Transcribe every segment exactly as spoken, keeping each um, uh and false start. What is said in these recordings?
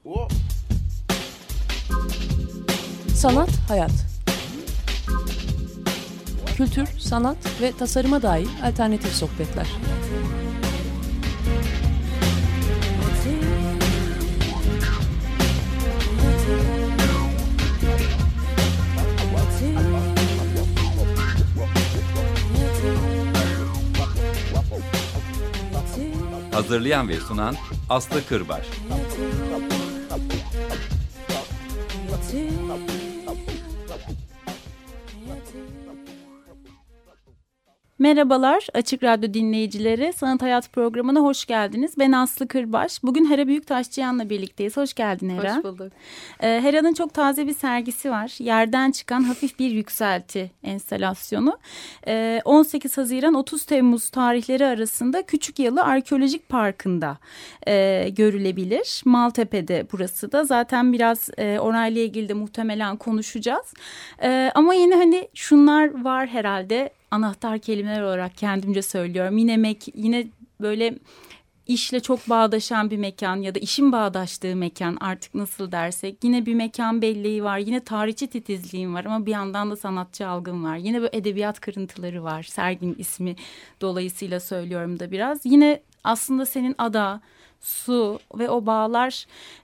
Sanat, hayat. Kültür, sanat ve tasarıma dair alternatif sohbetler. Hazırlayan ve sunan Aslı Kırbaş. Merhabalar Açık Radyo dinleyicileri, Sanat Hayat programına hoş geldiniz. Ben Aslı Kırbaş. Bugün Hera Büyüktaşçıyan'la birlikteyiz. Hoş geldin Hera. Hoş bulduk. Ee, Hera'nın çok taze bir sergisi var. Yerden çıkan hafif bir yükselti enstalasyonu. Ee, on sekiz Haziran otuz Temmuz tarihleri arasında Küçükyalı Arkeolojik Parkı'nda e, görülebilir. Maltepe'de burası da. Zaten biraz e, orayla ilgili de muhtemelen konuşacağız. E, ama yine hani şunlar var herhalde. Anahtar kelimeler olarak kendimce söylüyorum. Yine mek, yine böyle işle çok bağdaşan bir mekan ya da işin bağdaştığı mekan, artık nasıl dersek. Yine bir mekan belleği var. Yine tarihçi titizliğim var ama bir yandan da sanatçı algım var. Yine böyle edebiyat kırıntıları var. Serginin ismi dolayısıyla söylüyorum da biraz. Yine aslında senin ada, su ve o bağlar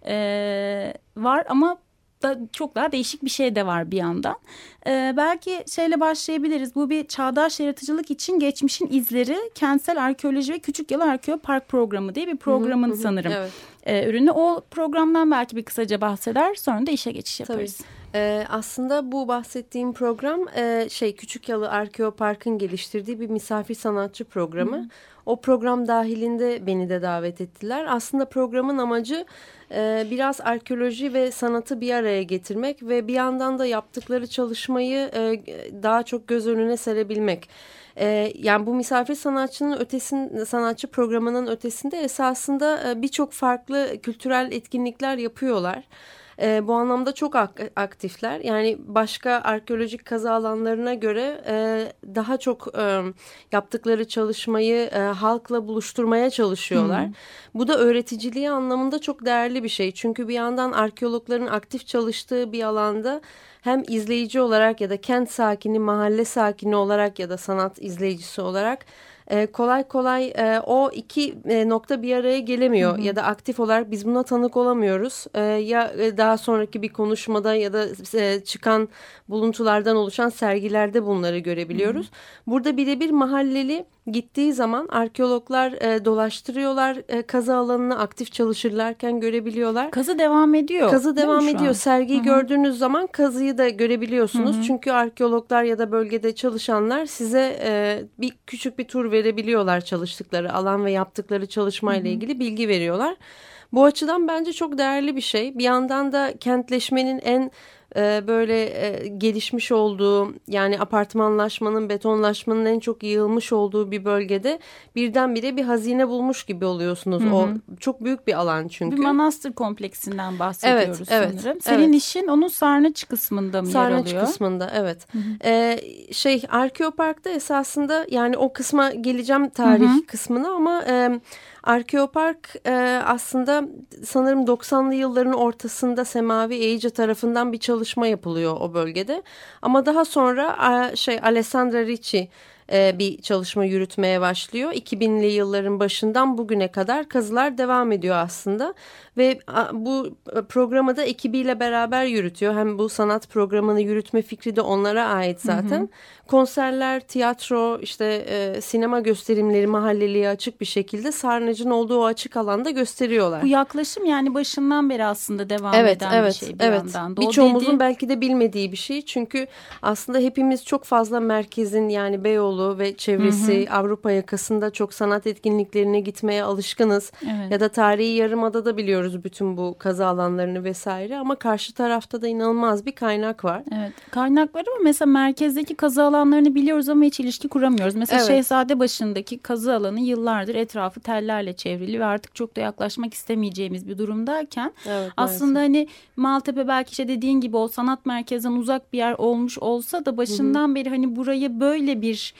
e, var ama da çok daha değişik bir şey de var bir yandan. Ee, belki şeyle başlayabiliriz. Bu bir çağdaş yaratıcılık için geçmişin izleri, kentsel arkeoloji ve Küçükyalı Arkeopark programı diye bir programın hı hı, sanırım evet. e, ürünü. O programdan belki bir kısaca bahseder, sonra da işe geçiş yaparız. Tabii. Ee, aslında bu bahsettiğim program e, şey Küçükyalı Arkeopark'ın geliştirdiği bir misafir sanatçı programı. Hı. O program dahilinde beni de davet ettiler. Aslında programın amacı e, biraz arkeoloji ve sanatı bir araya getirmek ve bir yandan da yaptıkları çalışmayı e, daha çok göz önüne serebilmek. Ee, yani bu misafir sanatçının ötesinde, sanatçı programının ötesinde esasında e, birçok farklı kültürel etkinlikler yapıyorlar. E, bu anlamda çok ak- aktifler. Yani başka arkeolojik kazı alanlarına göre e, daha çok e, yaptıkları çalışmayı e, halkla buluşturmaya çalışıyorlar. Hmm. Bu da öğreticiliği anlamında çok değerli bir şey. Çünkü bir yandan arkeologların aktif çalıştığı bir alanda hem izleyici olarak ya da kent sakini, mahalle sakini olarak ya da sanat izleyicisi olarak e, kolay kolay e, o iki e, nokta bir araya gelemiyor. Hı hı. Ya da aktif olarak biz buna tanık olamıyoruz. E, ya e, daha sonraki bir konuşmada ya da e, çıkan buluntulardan oluşan sergilerde bunları görebiliyoruz. Hı hı. Burada birebir mahalleli gittiği zaman arkeologlar e, dolaştırıyorlar. E, kazı alanını aktif çalışırlarken görebiliyorlar. Kazı devam ediyor. Kazı devam ediyor. Sergiyi Hı-hı. gördüğünüz zaman kazıyı da görebiliyorsunuz. Hı-hı. Çünkü arkeologlar ya da bölgede çalışanlar size e, bir küçük bir tur verebiliyorlar, çalıştıkları alan ve yaptıkları çalışmayla Hı-hı. ilgili bilgi veriyorlar. Bu açıdan bence çok değerli bir şey. Bir yandan da kentleşmenin en Ee, böyle e, gelişmiş olduğu, yani apartmanlaşmanın, betonlaşmanın en çok yığılmış olduğu bir bölgede birdenbire bir hazine bulmuş gibi oluyorsunuz. Hı hı. O çok büyük bir alan çünkü. Bir manastır kompleksinden bahsediyoruz evet, evet, sanırım. Senin evet. işin onun Sarnıç kısmında mı Sarnıç yer alıyor? Sarnıç kısmında evet. Hı hı. Ee, şey Arkeopark'ta esasında, yani o kısma geleceğim, tarih hı hı. kısmına, ama E, Arkeopark e, aslında sanırım doksanlı yılların ortasında Semavi Eyice tarafından bir çalışma yapılıyor o bölgede. Ama daha sonra e, şey Alessandra Ricci e, bir çalışma yürütmeye başlıyor. iki binli yılların başından bugüne kadar kazılar devam ediyor aslında. Ve bu programı da ekibiyle beraber yürütüyor. Hem bu sanat programını yürütme fikri de onlara ait zaten. Hı hı. Konserler, tiyatro, işte e, sinema gösterimleri mahalleliye açık bir şekilde Sarnıcın olduğu o açık alanda gösteriyorlar. Bu yaklaşım yani başından beri aslında devam evet, eden evet, bir şey bir evet. yandan. Birçoğumuzun dedi... belki de bilmediği bir şey. Çünkü aslında hepimiz çok fazla merkezin, yani Beyoğlu ve çevresi, hı hı. Avrupa yakasında çok sanat etkinliklerine gitmeye alışkınız. Evet. Ya da tarihi Yarımada'da biliyoruz bütün bu kazı alanlarını vesaire, ama karşı tarafta da inanılmaz bir kaynak var. Evet, kaynak var ama mesela merkezdeki kazı alanlarını biliyoruz ama hiç ilişki kuramıyoruz. Mesela evet. Şehzadebaşı'ndaki kazı alanı yıllardır etrafı tellerle çevrili ve artık çok da yaklaşmak istemeyeceğimiz bir durumdayken evet, aslında hani Maltepe belki işte dediğin gibi o sanat merkezinden uzak bir yer olmuş olsa da başından Hı-hı. beri hani burayı böyle bir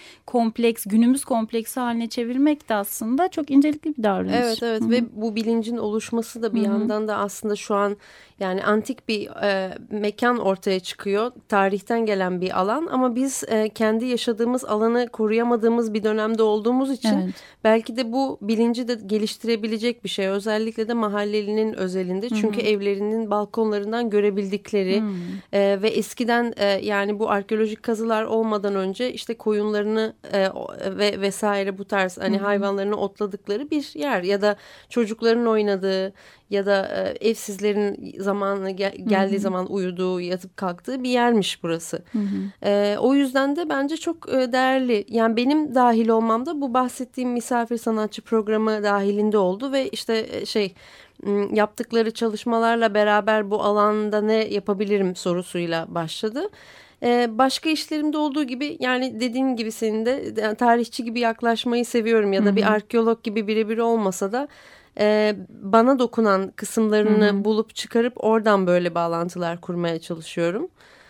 kompleks, günümüz kompleksi haline çevirmek de aslında çok incelikli bir davranış. Evet evet. Hı-hı. Ve bu bilincin oluşması da bir Hı-hı. yandan da aslında şu an yani antik bir e, mekan ortaya çıkıyor. Tarihten gelen bir alan ama biz e, kendi yaşadığımız alanı koruyamadığımız bir dönemde olduğumuz için evet. belki de bu bilinci de geliştirebilecek bir şey. Özellikle de mahallelinin özelinde. Çünkü Hı-hı. evlerinin balkonlarından görebildikleri e, ve eskiden e, yani bu arkeolojik kazılar olmadan önce işte koyunlarını e, ve vesaire bu tarz hani Hı-hı. hayvanlarını otladıkları bir yer ya da çocukların oynadığı ya da e, evsizlerin zamanı gel, geldiği Hı-hı. zaman uyuduğu, yatıp kalktığı bir yermiş burası. E, o yüzden de bence çok e, değerli. Yani benim dahil olmam da bu bahsettiğim misafir sanatçı programı dahilinde oldu ve işte e, şey yaptıkları çalışmalarla beraber bu alanda ne yapabilirim sorusuyla başladı. Ee, başka işlerimde olduğu gibi yani dediğin gibi senin de yani tarihçi gibi yaklaşmayı seviyorum ya da Hı-hı. bir arkeolog gibi birebir olmasa da e, bana dokunan kısımlarını Hı-hı. bulup çıkarıp oradan böyle bağlantılar kurmaya çalışıyorum.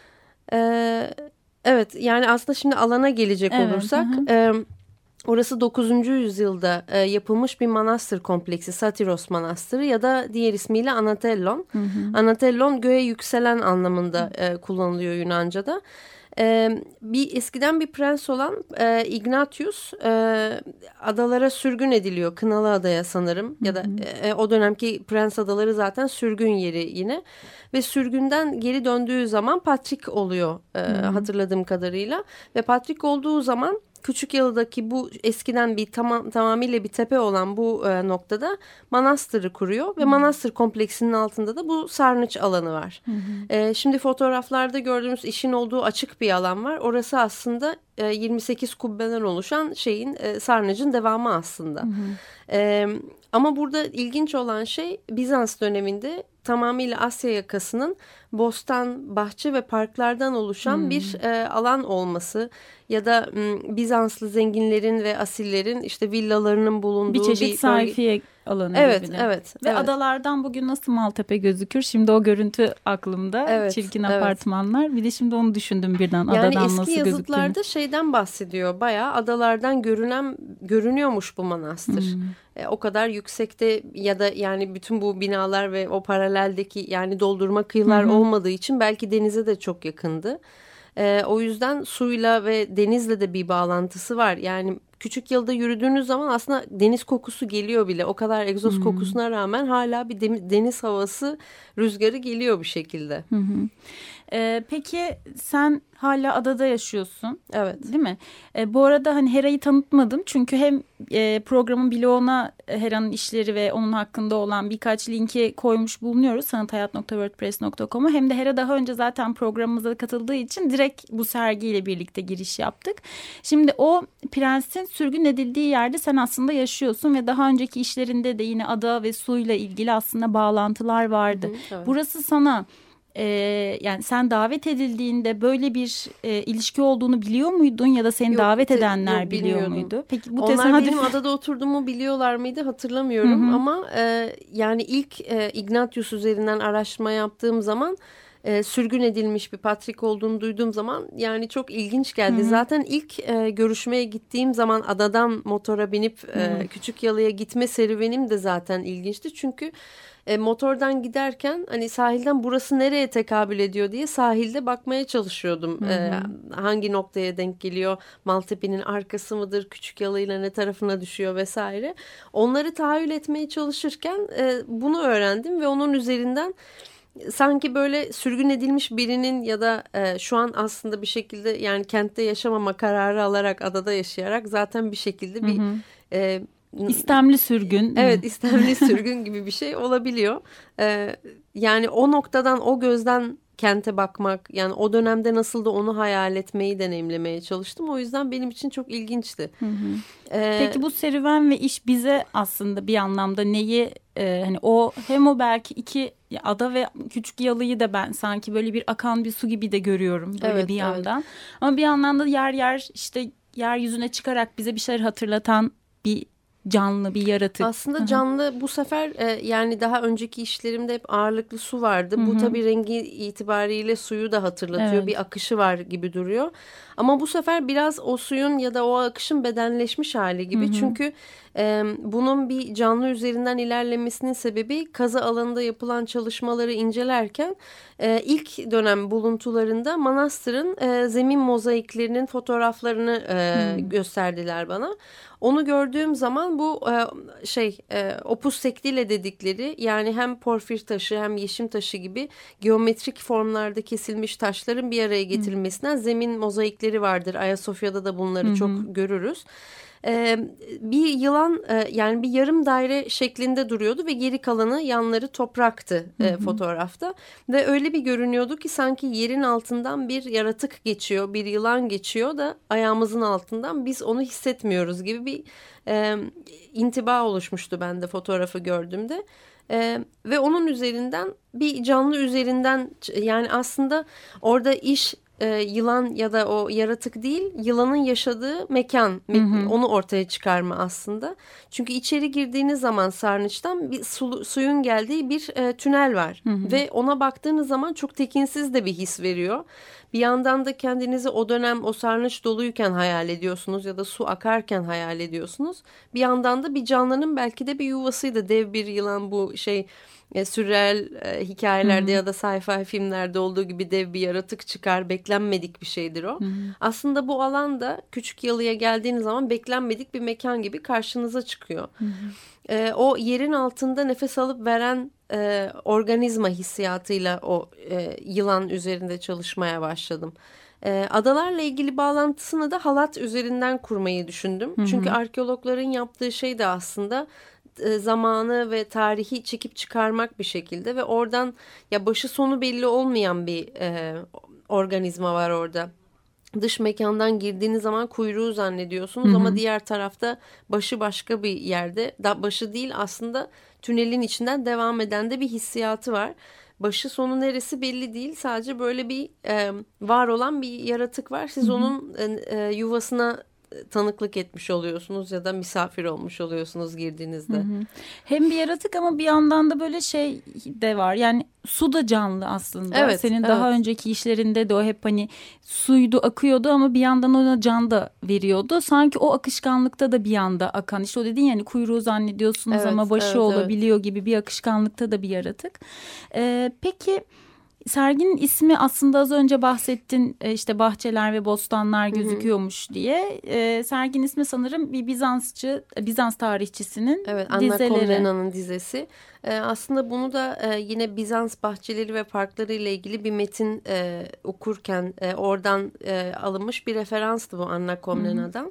Ee, evet yani aslında şimdi alana gelecek evet, olursak... E, orası dokuzuncu yüzyılda e, yapılmış bir manastır kompleksi, Satiros Manastırı ya da diğer ismiyle Anatellon. Hı hı. Anatellon göğe yükselen anlamında e, kullanılıyor Yunanca'da. E, bir eskiden bir prens olan e, Ignatius e, adalara sürgün ediliyor, Kınalı Adaya sanırım. Hı hı. Ya da e, o dönemki prens adaları zaten sürgün yeri yine. Ve sürgünden geri döndüğü zaman patrik oluyor e, hatırladığım kadarıyla. Ve patrik olduğu zaman Küçükyalı'daki bu eskiden bir tamam tamamıyla bir tepe olan bu e, noktada manastırı kuruyor ve hı. manastır kompleksinin altında da bu sarnıç alanı var. Hı hı. E, şimdi fotoğraflarda gördüğümüz işin olduğu açık bir alan var. Orası aslında e, yirmi sekiz kubbeden oluşan şeyin e, sarnıcın devamı aslında. Hı hı. E, ama burada ilginç olan şey Bizans döneminde tamamıyla Asya yakasının bostan, bahçe ve parklardan oluşan hmm. bir e, alan olması ya da m, Bizanslı zenginlerin ve asillerin işte villalarının bulunduğu bir çeşit bir sayfiye alanı evet, gibi. Evet, ve evet. adalardan bugün nasıl Maltepe gözükür? Şimdi o görüntü aklımda. Evet, çirkin evet. apartmanlar. Bir de şimdi onu düşündüm birden. Yani adadan nasıl gözükür? Yani eski yazıtlarda şeyden bahsediyor. Bayağı adalardan görünen görünüyormuş bu manastır. Hmm. E, o kadar yüksekte ya da yani bütün bu binalar ve o paraleldeki yani doldurma kıyılar hı hı. olmadığı için belki denize de çok yakındı. E, o yüzden suyla ve denizle de bir bağlantısı var. Yani Küçükyalı'da yürüdüğünüz zaman aslında deniz kokusu geliyor bile. O kadar egzoz hmm. kokusuna rağmen hala bir deniz havası, rüzgarı geliyor bir şekilde. Hı hı. Ee, peki sen hala adada yaşıyorsun. Evet. Değil mi? Ee, bu arada hani Hera'yı tanıtmadım. Çünkü hem e, programın bloğuna Hera'nın işleri ve onun hakkında olan birkaç linki koymuş bulunuyoruz. sanathayat nokta wordpress nokta com'a. Hem de Hera daha önce zaten programımıza katıldığı için direkt bu sergiyle birlikte giriş yaptık. Şimdi o prensin sürgün edildiği yerde sen aslında yaşıyorsun ve daha önceki işlerinde de yine ada ve suyla ilgili aslında bağlantılar vardı. Hı hı, evet. Burası sana... Ee, yani sen davet edildiğinde böyle bir e, ilişki olduğunu biliyor muydun ya da seni yok, davet te, edenler yok, biliyor muydu? Peki bu onlar tesadüf... benim adada oturduğumu biliyorlar mıydı hatırlamıyorum. Hı hı. Ama e, yani ilk e, Ignatius üzerinden araştırma yaptığım zaman e, sürgün edilmiş bir patrik olduğunu duyduğum zaman yani çok ilginç geldi. Hı hı. Zaten ilk e, görüşmeye gittiğim zaman adadan motora binip e, Küçükyalı'ya gitme serüvenim de zaten ilginçti. Çünkü E, motordan giderken hani sahilden burası nereye tekabül ediyor diye sahilde bakmaya çalışıyordum. Hı hı. E, hangi noktaya denk geliyor? Maltepe'nin arkası mıdır? Küçükyalıyla ne tarafına düşüyor vesaire. Onları tahayyül etmeye çalışırken e, bunu öğrendim ve onun üzerinden sanki böyle sürgün edilmiş birinin ya da e, şu an aslında bir şekilde yani kentte yaşamama kararı alarak adada yaşayarak zaten bir şekilde bir... Hı hı. E, İstemli sürgün. Evet, istemli sürgün gibi bir şey olabiliyor. Ee, yani o noktadan, o gözden kente bakmak, yani o dönemde nasıl da onu hayal etmeyi deneyimlemeye çalıştım. O yüzden benim için çok ilginçti. Hı hı. Ee, Peki bu serüven ve iş bize aslında bir anlamda neyi, e, hani o hem o belki iki ada ve Küçükyalı'yı da ben sanki böyle bir akan bir su gibi de görüyorum böyle evet, bir yandan. Evet. Ama bir anlamda yer yer işte yeryüzüne çıkarak bize bir şeyler hatırlatan bir canlı bir yaratık. Aslında canlı bu sefer e, yani daha önceki işlerimde hep ağırlıklı su vardı. Hı-hı. Bu tabii rengi itibariyle suyu da hatırlatıyor. Evet. Bir akışı var gibi duruyor. Ama bu sefer biraz o suyun ya da o akışın bedenleşmiş hali gibi. Hı-hı. Çünkü e, bunun bir canlı üzerinden ilerlemesinin sebebi kazı alanında yapılan çalışmaları incelerken e, ilk dönem buluntularında manastırın e, zemin mozaiklerinin fotoğraflarını e, gösterdiler bana. Onu gördüğüm zaman bu e, şey e, opus sectile dedikleri, yani hem porfir taşı hem yeşim taşı gibi geometrik formlarda kesilmiş taşların bir araya getirilmesinden zemin mozaikleri vardır. Ayasofya'da da bunları Hı-hı. çok görürüz. Ee, bir yılan e, yani bir yarım daire şeklinde duruyordu ve geri kalanı yanları topraktı e, hı hı. fotoğrafta ve öyle bir görünüyordu ki sanki yerin altından bir yaratık geçiyor, bir yılan geçiyor da ayağımızın altından biz onu hissetmiyoruz gibi bir e, intiba oluşmuştu bende fotoğrafı gördüğümde. Ee, ve onun üzerinden bir canlı üzerinden, yani aslında orada iş e, yılan ya da o yaratık değil, yılanın yaşadığı mekan, hı hı. onu ortaya çıkarma aslında. Çünkü içeri girdiğiniz zaman sarnıçtan bir su, suyun geldiği bir e, tünel var. Hı hı. Ve ona baktığınız zaman çok tekinsiz de bir his veriyor. Bir yandan da kendinizi o dönem o sarnıç doluyken hayal ediyorsunuz ya da su akarken hayal ediyorsunuz. Bir yandan da bir canlının belki de bir yuvasıydı. Dev bir yılan, bu şey e, sürreel e, hikayelerde Hı-hı. ya da sci-fi filmlerde olduğu gibi dev bir yaratık çıkar. Beklenmedik bir şeydir o. Hı-hı. Aslında bu alanda Küçük Yalı'ya geldiğiniz zaman beklenmedik bir mekan gibi karşınıza çıkıyor. E, o yerin altında nefes alıp veren e, organizma hissiyatıyla o e, yılan üzerinde çalışmaya başladım. E, adalarla ilgili bağlantısını da halat üzerinden kurmayı düşündüm. Hı-hı. Çünkü arkeologların yaptığı şey de aslında e, zamanı ve tarihi çekip çıkarmak bir şekilde ve oradan ya başı sonu belli olmayan bir e, organizma var orada. Dış mekandan girdiğiniz zaman kuyruğu zannediyorsunuz, Hı-hı. ama diğer tarafta başı başka bir yerde. Da başı değil aslında, tünelin içinden devam eden de bir hissiyatı var. Başı sonu neresi belli değil. Sadece böyle bir e, var olan bir yaratık var. Siz Hı-hı. onun e, yuvasına tanıklık etmiş oluyorsunuz ya da misafir olmuş oluyorsunuz girdiğinizde. Hı hı. Hem bir yaratık ama bir yandan da böyle şey de var. Yani su da canlı aslında. Evet, Senin evet. daha önceki işlerinde de o hep hani suydu, akıyordu ama bir yandan ona can da veriyordu. Sanki o akışkanlıkta da bir yanda akan. İşte o dedin yani kuyruğu zannediyorsunuz evet, ama başı evet, olabiliyor evet. gibi bir akışkanlıkta da bir yaratık. Ee, peki... Serginin ismi aslında az önce bahsettin, işte bahçeler ve bostanlar gözüküyormuş Hı-hı. diye. E, serginin ismi sanırım bir Bizansçı, Bizans tarihçisinin evet, dizeleri. Anna Komnena'nın dizesi. E, aslında bunu da e, yine Bizans bahçeleri ve parkları ile ilgili bir metin e, okurken e, oradan e, alınmış bir referanstı bu Anna Komnena'dan. Hı-hı.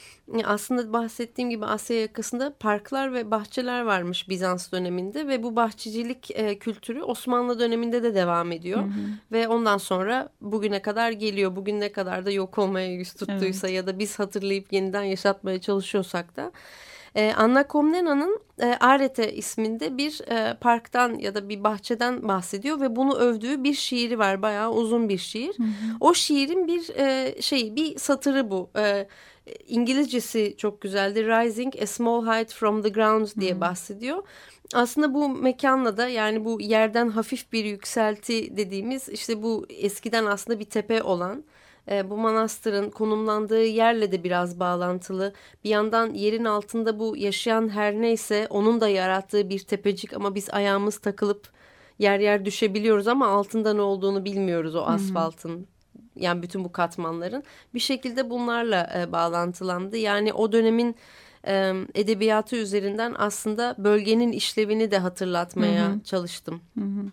Aslında bahsettiğim gibi Asya yakasında parklar ve bahçeler varmış Bizans döneminde ve bu bahçecilik e, kültürü Osmanlı döneminde de devam ediyor. Hı hı. Ve ondan sonra bugüne kadar geliyor. Bugün ne kadar da yok olmaya yüz tuttuysa evet. ya da biz hatırlayıp yeniden yaşatmaya çalışıyorsak da. Ee, Anna Komnena'nın e, Arete isminde bir e, parktan ya da bir bahçeden bahsediyor ve bunu övdüğü bir şiiri var. Bayağı uzun bir şiir. Hı hı. O şiirin bir e, şey, bir satırı bu. E, İngilizcesi çok güzeldi. Rising a small height from the ground diye bahsediyor. Aslında bu mekanla da, yani bu yerden hafif bir yükselti dediğimiz, işte bu eskiden aslında bir tepe olan e, bu manastırın konumlandığı yerle de biraz bağlantılı. Bir yandan yerin altında bu yaşayan her neyse onun da yarattığı bir tepecik ama biz ayağımız takılıp yer yer düşebiliyoruz ama altında ne olduğunu bilmiyoruz o asfaltın. Hı-hı. Yani bütün bu katmanların bir şekilde bunlarla e, bağlantılandı. Yani o dönemin e, edebiyatı üzerinden aslında bölgenin işlevini de hatırlatmaya Hı-hı. çalıştım. Hı hı.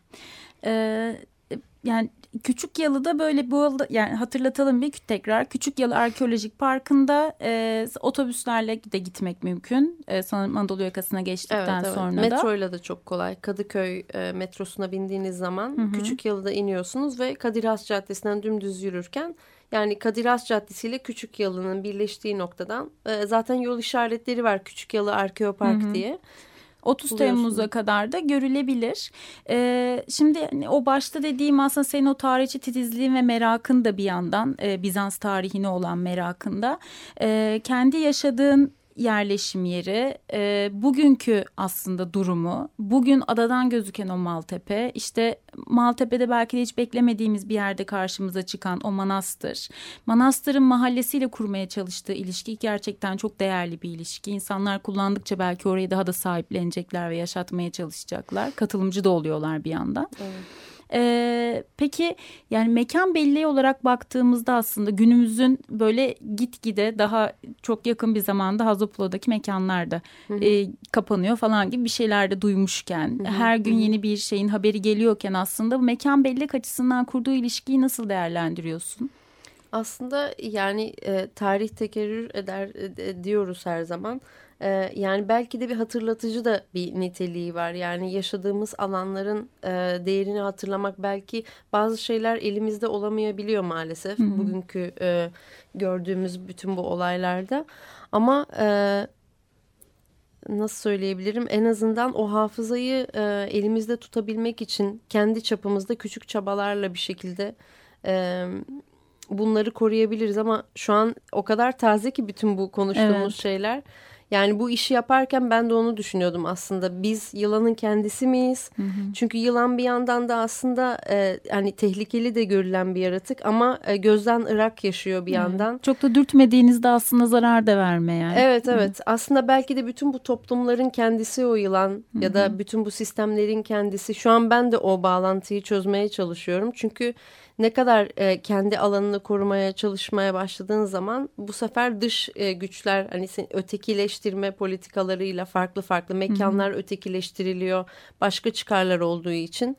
Ee, yani Küçük Yalı'da böyle bu, yani hatırlatalım bir tekrar, Küçük Yalı Arkeolojik Parkı'nda e, otobüslerle de gitmek mümkün. E, sanırım Anadolu yakasına geçtikten evet, evet. sonra da. Metroyla da çok kolay. Kadıköy e, metrosuna bindiğiniz zaman hı hı. Küçük Yalı'da iniyorsunuz ve Kadir Has Caddesi'nden dümdüz yürürken, yani Kadir Has Caddesi ile Küçük Yalı'nın birleştiği noktadan e, zaten yol işaretleri var, Küçük Yalı Arkeopark hı hı. diye. otuz Temmuz'a kadar da görülebilir. Ee, şimdi hani o başta dediğim aslında senin o tarihçi titizliğin ve merakın da bir yandan e, Bizans tarihine olan merakında. E, kendi yaşadığın yerleşim yeri, e, bugünkü aslında durumu, bugün adadan gözüken o Maltepe, işte Maltepe'de belki de hiç beklemediğimiz bir yerde karşımıza çıkan o manastır. Manastırın mahallesiyle kurmaya çalıştığı ilişki gerçekten çok değerli bir ilişki. İnsanlar kullandıkça belki orayı daha da sahiplenecekler ve yaşatmaya çalışacaklar. Katılımcı da oluyorlar bir yandan. Evet. Ee, peki yani mekan belleği olarak baktığımızda aslında günümüzün böyle gitgide daha çok yakın bir zamanda Hazoplo'daki mekanlarda e, kapanıyor falan gibi bir şeyler de duymuşken, hı hı, her gün hı. yeni bir şeyin haberi geliyorken aslında bu mekan bellek açısından kurduğu ilişkiyi nasıl değerlendiriyorsun? Aslında yani e, tarih tekerrür eder e, diyoruz her zaman. E, yani belki de bir hatırlatıcı da bir niteliği var. Yani yaşadığımız alanların e, değerini hatırlamak, belki bazı şeyler elimizde olamayabiliyor maalesef. Hı hı. Bugünkü e, gördüğümüz bütün bu olaylarda. Ama e, nasıl söyleyebilirim? En azından o hafızayı e, elimizde tutabilmek için kendi çapımızda küçük çabalarla bir şekilde E, bunları koruyabiliriz, ama şu an o kadar taze ki bütün bu konuştuğumuz evet. şeyler. Yani bu işi yaparken ben de onu düşünüyordum aslında. Biz yılanın kendisi miyiz? Hı hı. Çünkü yılan bir yandan da aslında e, hani tehlikeli de görülen bir yaratık, ama e, gözden ırak yaşıyor bir yandan. Evet. Çok da dürtmediğinizde aslında zarar da vermeyen. Evet evet. Hı. Aslında belki de bütün bu toplumların kendisi o yılan, hı hı. ya da bütün bu sistemlerin kendisi. Şu an ben de o bağlantıyı çözmeye çalışıyorum. Çünkü ne kadar e, kendi alanını korumaya çalışmaya başladığın zaman bu sefer dış e, güçler, hani seni ötekileştirme politikalarıyla farklı farklı mekanlar, hı hı. ötekileştiriliyor başka çıkarlar olduğu için.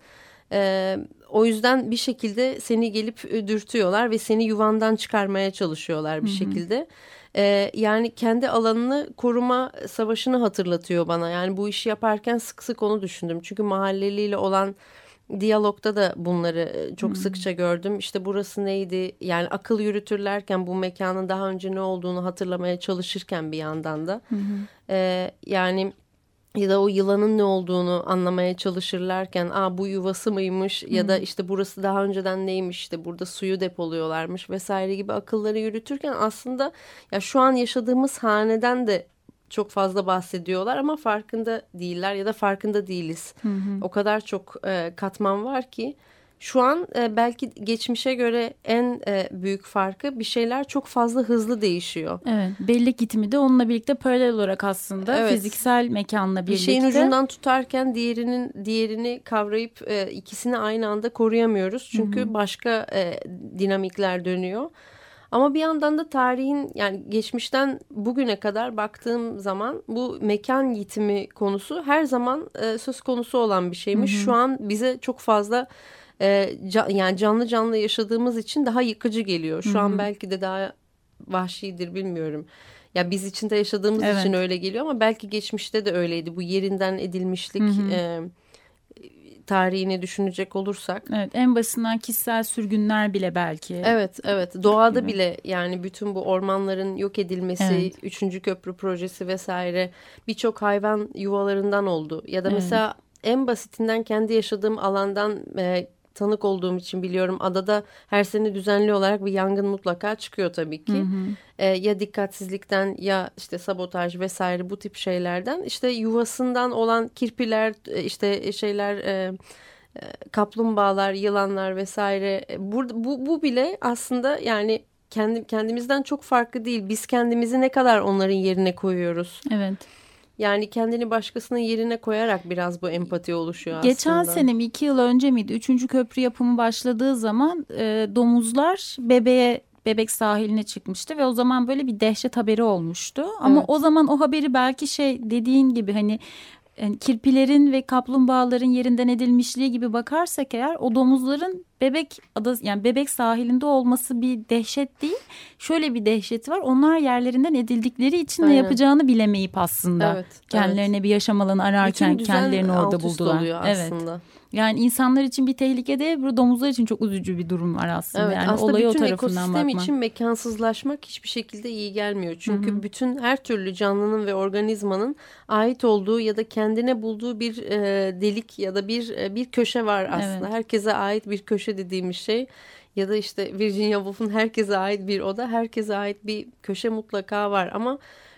E, o yüzden bir şekilde seni gelip dürtüyorlar ve seni yuvandan çıkarmaya çalışıyorlar bir hı hı. şekilde. E, yani kendi alanını koruma savaşını hatırlatıyor bana. Yani bu işi yaparken sık sık onu düşündüm. Çünkü mahalleliyle olan diyalogda da bunları çok hmm. sıkça gördüm. İşte burası neydi? Yani akıl yürütürlerken bu mekanın daha önce ne olduğunu hatırlamaya çalışırken bir yandan da. Hmm. E, yani ya da o yılanın ne olduğunu anlamaya çalışırlarken, aa bu yuvası mıymış, hmm. ya da işte burası daha önceden neymiş, işte burada suyu depoluyorlarmış vesaire gibi akılları yürütürken aslında ya şu an yaşadığımız haneden de çok fazla bahsediyorlar ama farkında değiller ya da farkında değiliz. Hı hı. O kadar çok e, katman var ki şu an e, belki geçmişe göre en e, büyük farkı, bir şeyler çok fazla hızlı değişiyor. Evet, bellek gitimi de onunla birlikte paralel olarak aslında evet. fiziksel mekanla birlikte. Bir şeyin ucundan tutarken diğerinin diğerini kavrayıp e, ikisini aynı anda koruyamıyoruz. Çünkü hı hı. başka e, dinamikler dönüyor. Ama bir yandan da tarihin, yani geçmişten bugüne kadar baktığım zaman bu mekan yitimi konusu her zaman e, söz konusu olan bir şeymiş. Hı hı. Şu an bize çok fazla e, can, yani canlı canlı yaşadığımız için daha yıkıcı geliyor. Şu hı hı. an belki de daha vahşidir, bilmiyorum. Ya biz içinde yaşadığımız evet. için öyle geliyor ama belki geçmişte de öyleydi. Bu yerinden edilmişlik hı hı. E, tarihini düşünecek olursak. Evet, en basitinden kişisel sürgünler bile belki. Evet, evet. Doğada evet. bile yani bütün bu ormanların yok edilmesi, evet. üçüncü köprü projesi vesaire birçok hayvan yuvalarından oldu. Ya da evet. mesela en basitinden kendi yaşadığım alandan e, tanık olduğum için biliyorum, adada her sene düzenli olarak bir yangın mutlaka çıkıyor tabii ki. Hı hı. E, ya dikkatsizlikten ya işte sabotaj vesaire bu tip şeylerden, işte yuvasından olan kirpiler, işte şeyler, e, e, kaplumbağalar, yılanlar vesaire. Bu, bu, bu bile aslında yani kendi, kendimizden çok farklı değil. Biz kendimizi ne kadar onların yerine koyuyoruz. Evet. Yani kendini başkasının yerine koyarak biraz bu empati oluşuyor aslında. Geçen sene mi, iki yıl önce miydi? Üçüncü köprü yapımı başladığı zaman e, domuzlar bebeğe, Bebek sahiline çıkmıştı ve o zaman böyle bir dehşet haberi olmuştu. Ama evet. o zaman o haberi belki şey dediğin gibi hani yani kirpilerin ve kaplumbağaların yerinden edilmişliği gibi bakarsak eğer, o domuzların Bebek adası, yani Bebek sahilinde olması bir dehşet değil. Şöyle bir dehşeti var. Onlar yerlerinden edildikleri için Aynen. ne yapacağını bilemeyip aslında evet, kendilerine evet. bir yaşam alanı ararken kendilerini orada buldular. Evet. Aslında. Yani insanlar için bir tehlike de, bu domuzlar için çok üzücü bir durum var aslında. Evet, yani aslında olayı bütün o tarafından ekosistem bakmak. için mekansızlaşmak hiçbir şekilde iyi gelmiyor. Çünkü Hı-hı. bütün her türlü canlının ve organizmanın ait olduğu ya da kendine bulduğu bir e, delik ya da bir e, bir köşe var aslında. Evet. Herkese ait bir köşe dediğimiz şey, ya da işte Virginia Woolf'un herkese ait bir oda, herkese ait bir köşe mutlaka var. Ama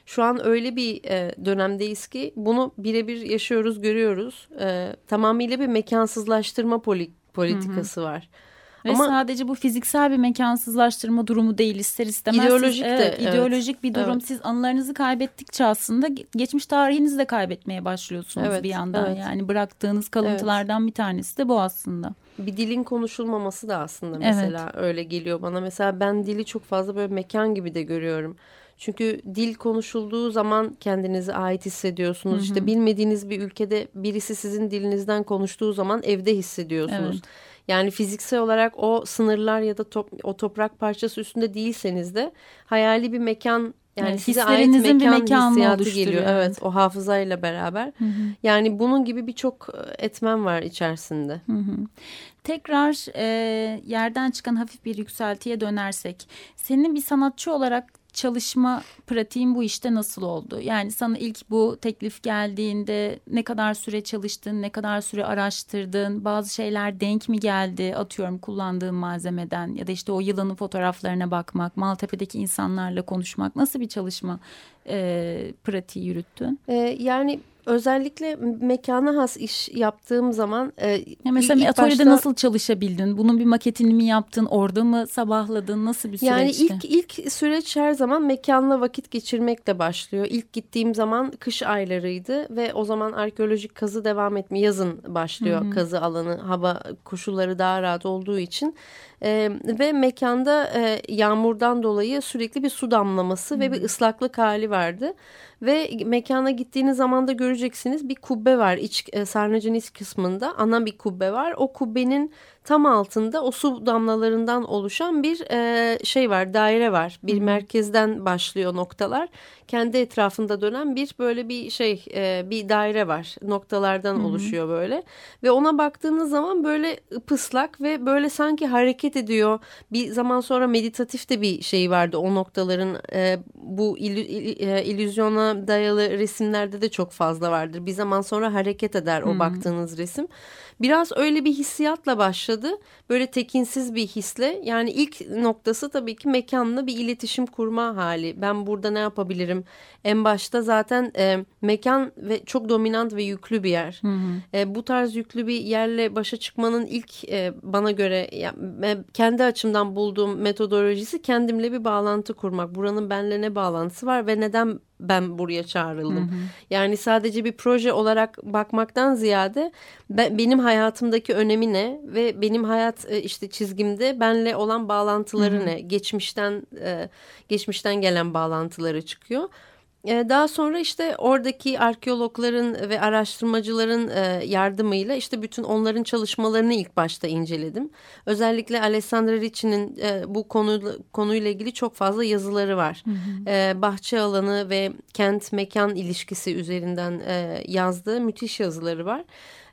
Şu an öyle bir e, dönemdeyiz ki bunu birebir yaşıyoruz, görüyoruz. E, tamamıyla bir mekansızlaştırma poli- politikası hı hı. var. Ve ama sadece bu fiziksel bir mekansızlaştırma durumu değil, ister istemez. İdeolojik siz, de. Evet, evet. ideolojik bir durum. Evet. Siz anılarınızı kaybettikçe aslında geçmiş tarihinizi de kaybetmeye başlıyorsunuz evet. bir yandan. Evet. Yani bıraktığınız kalıntılardan evet. bir tanesi de bu aslında. Bir dilin konuşulmaması da aslında mesela evet. öyle geliyor bana. Mesela ben dili çok fazla böyle mekan gibi de görüyorum. Çünkü dil konuşulduğu zaman kendinize ait hissediyorsunuz. Hı hı. İşte bilmediğiniz bir ülkede birisi sizin dilinizden konuştuğu zaman evde hissediyorsunuz. Evet. Yani fiziksel olarak o sınırlar ya da top, o toprak parçası üstünde değilseniz de hayali bir mekan, yani evet, size ait mekan bir hissiyatı geliyor. Evet. evet, o hafızayla beraber. Hı hı. Yani bunun gibi birçok etmen var içerisinde. Hı hı. Tekrar e, yerden çıkan hafif bir yükseltiye dönersek, senin bir sanatçı olarak çalışma pratiğin bu işte nasıl oldu? Yani sana ilk bu teklif geldiğinde ne kadar süre çalıştın, ne kadar süre araştırdın, bazı şeyler denk mi geldi, atıyorum kullandığın malzemeden ya da işte o yılanın fotoğraflarına bakmak, Maltepe'deki insanlarla konuşmak, nasıl bir çalışma e, pratiği yürüttün? Ee, yani özellikle mekana has iş yaptığım zaman e, ya mesela ilk atölyede başta, nasıl çalışabildin? Bunun bir maketini mi yaptın? Orada mı sabahladın? Nasıl bir süreçti? Yani ilk ilk süreç her zaman mekanla vakit geçirmekle başlıyor. İlk gittiğim zaman kış aylarıydı ve o zaman arkeolojik kazı devam etmeye, yazın başlıyor hı hı. kazı alanı. Hava koşulları daha rahat olduğu için. Ee, ve mekanda e, yağmurdan dolayı sürekli bir su damlaması hmm. ve bir ıslaklık hali vardı. Ve mekana gittiğiniz zaman da göreceksiniz, bir kubbe var iç e, sarnıcın iç kısmında, ana bir kubbe var. O kubbenin tam altında o su damlalarından oluşan bir e, şey var, daire var. Bir hmm. merkezden başlıyor noktalar. Kendi etrafında dönen bir böyle bir şey, e, bir daire var. Noktalardan hmm. oluşuyor böyle. Ve ona baktığınız zaman böyle ıpıslak ve böyle sanki hareket ediyor. Bir zaman sonra meditatif de bir şey vardı o noktaların. E, bu il, il, e, illüzyona dayalı resimlerde de çok fazla vardır. Bir zaman sonra hareket eder o hmm. baktığınız resim. Biraz öyle bir hissiyatla başladı. Böyle tekinsiz bir hisle. Yani ilk noktası tabii ki mekanla bir iletişim kurma hali. Ben burada ne yapabilirim? En başta zaten e, mekan ve çok dominant ve yüklü bir yer. Hı hı. E, bu tarz yüklü bir yerle başa çıkmanın ilk e, bana göre ya, e, kendi açımdan bulduğum metodolojisi kendimle bir bağlantı kurmak. Buranın benimle ne bağlantısı var ve neden ben buraya çağrıldım? Hı hı. Yani sadece bir proje olarak bakmaktan ziyade ben, benim hayatımdaki önemi ne ve benim hayat e, işte çizgimde benle olan bağlantıları hı hı. ne? Geçmişten e, geçmişten gelen bağlantıları çıkıyor. Daha sonra işte oradaki arkeologların ve araştırmacıların yardımıyla işte bütün onların çalışmalarını ilk başta inceledim. Özellikle Alessandra Ricci'nin bu konu, konuyla ilgili çok fazla yazıları var. Hı hı. Bahçe alanı ve kent mekan ilişkisi üzerinden yazdığı müthiş yazıları var.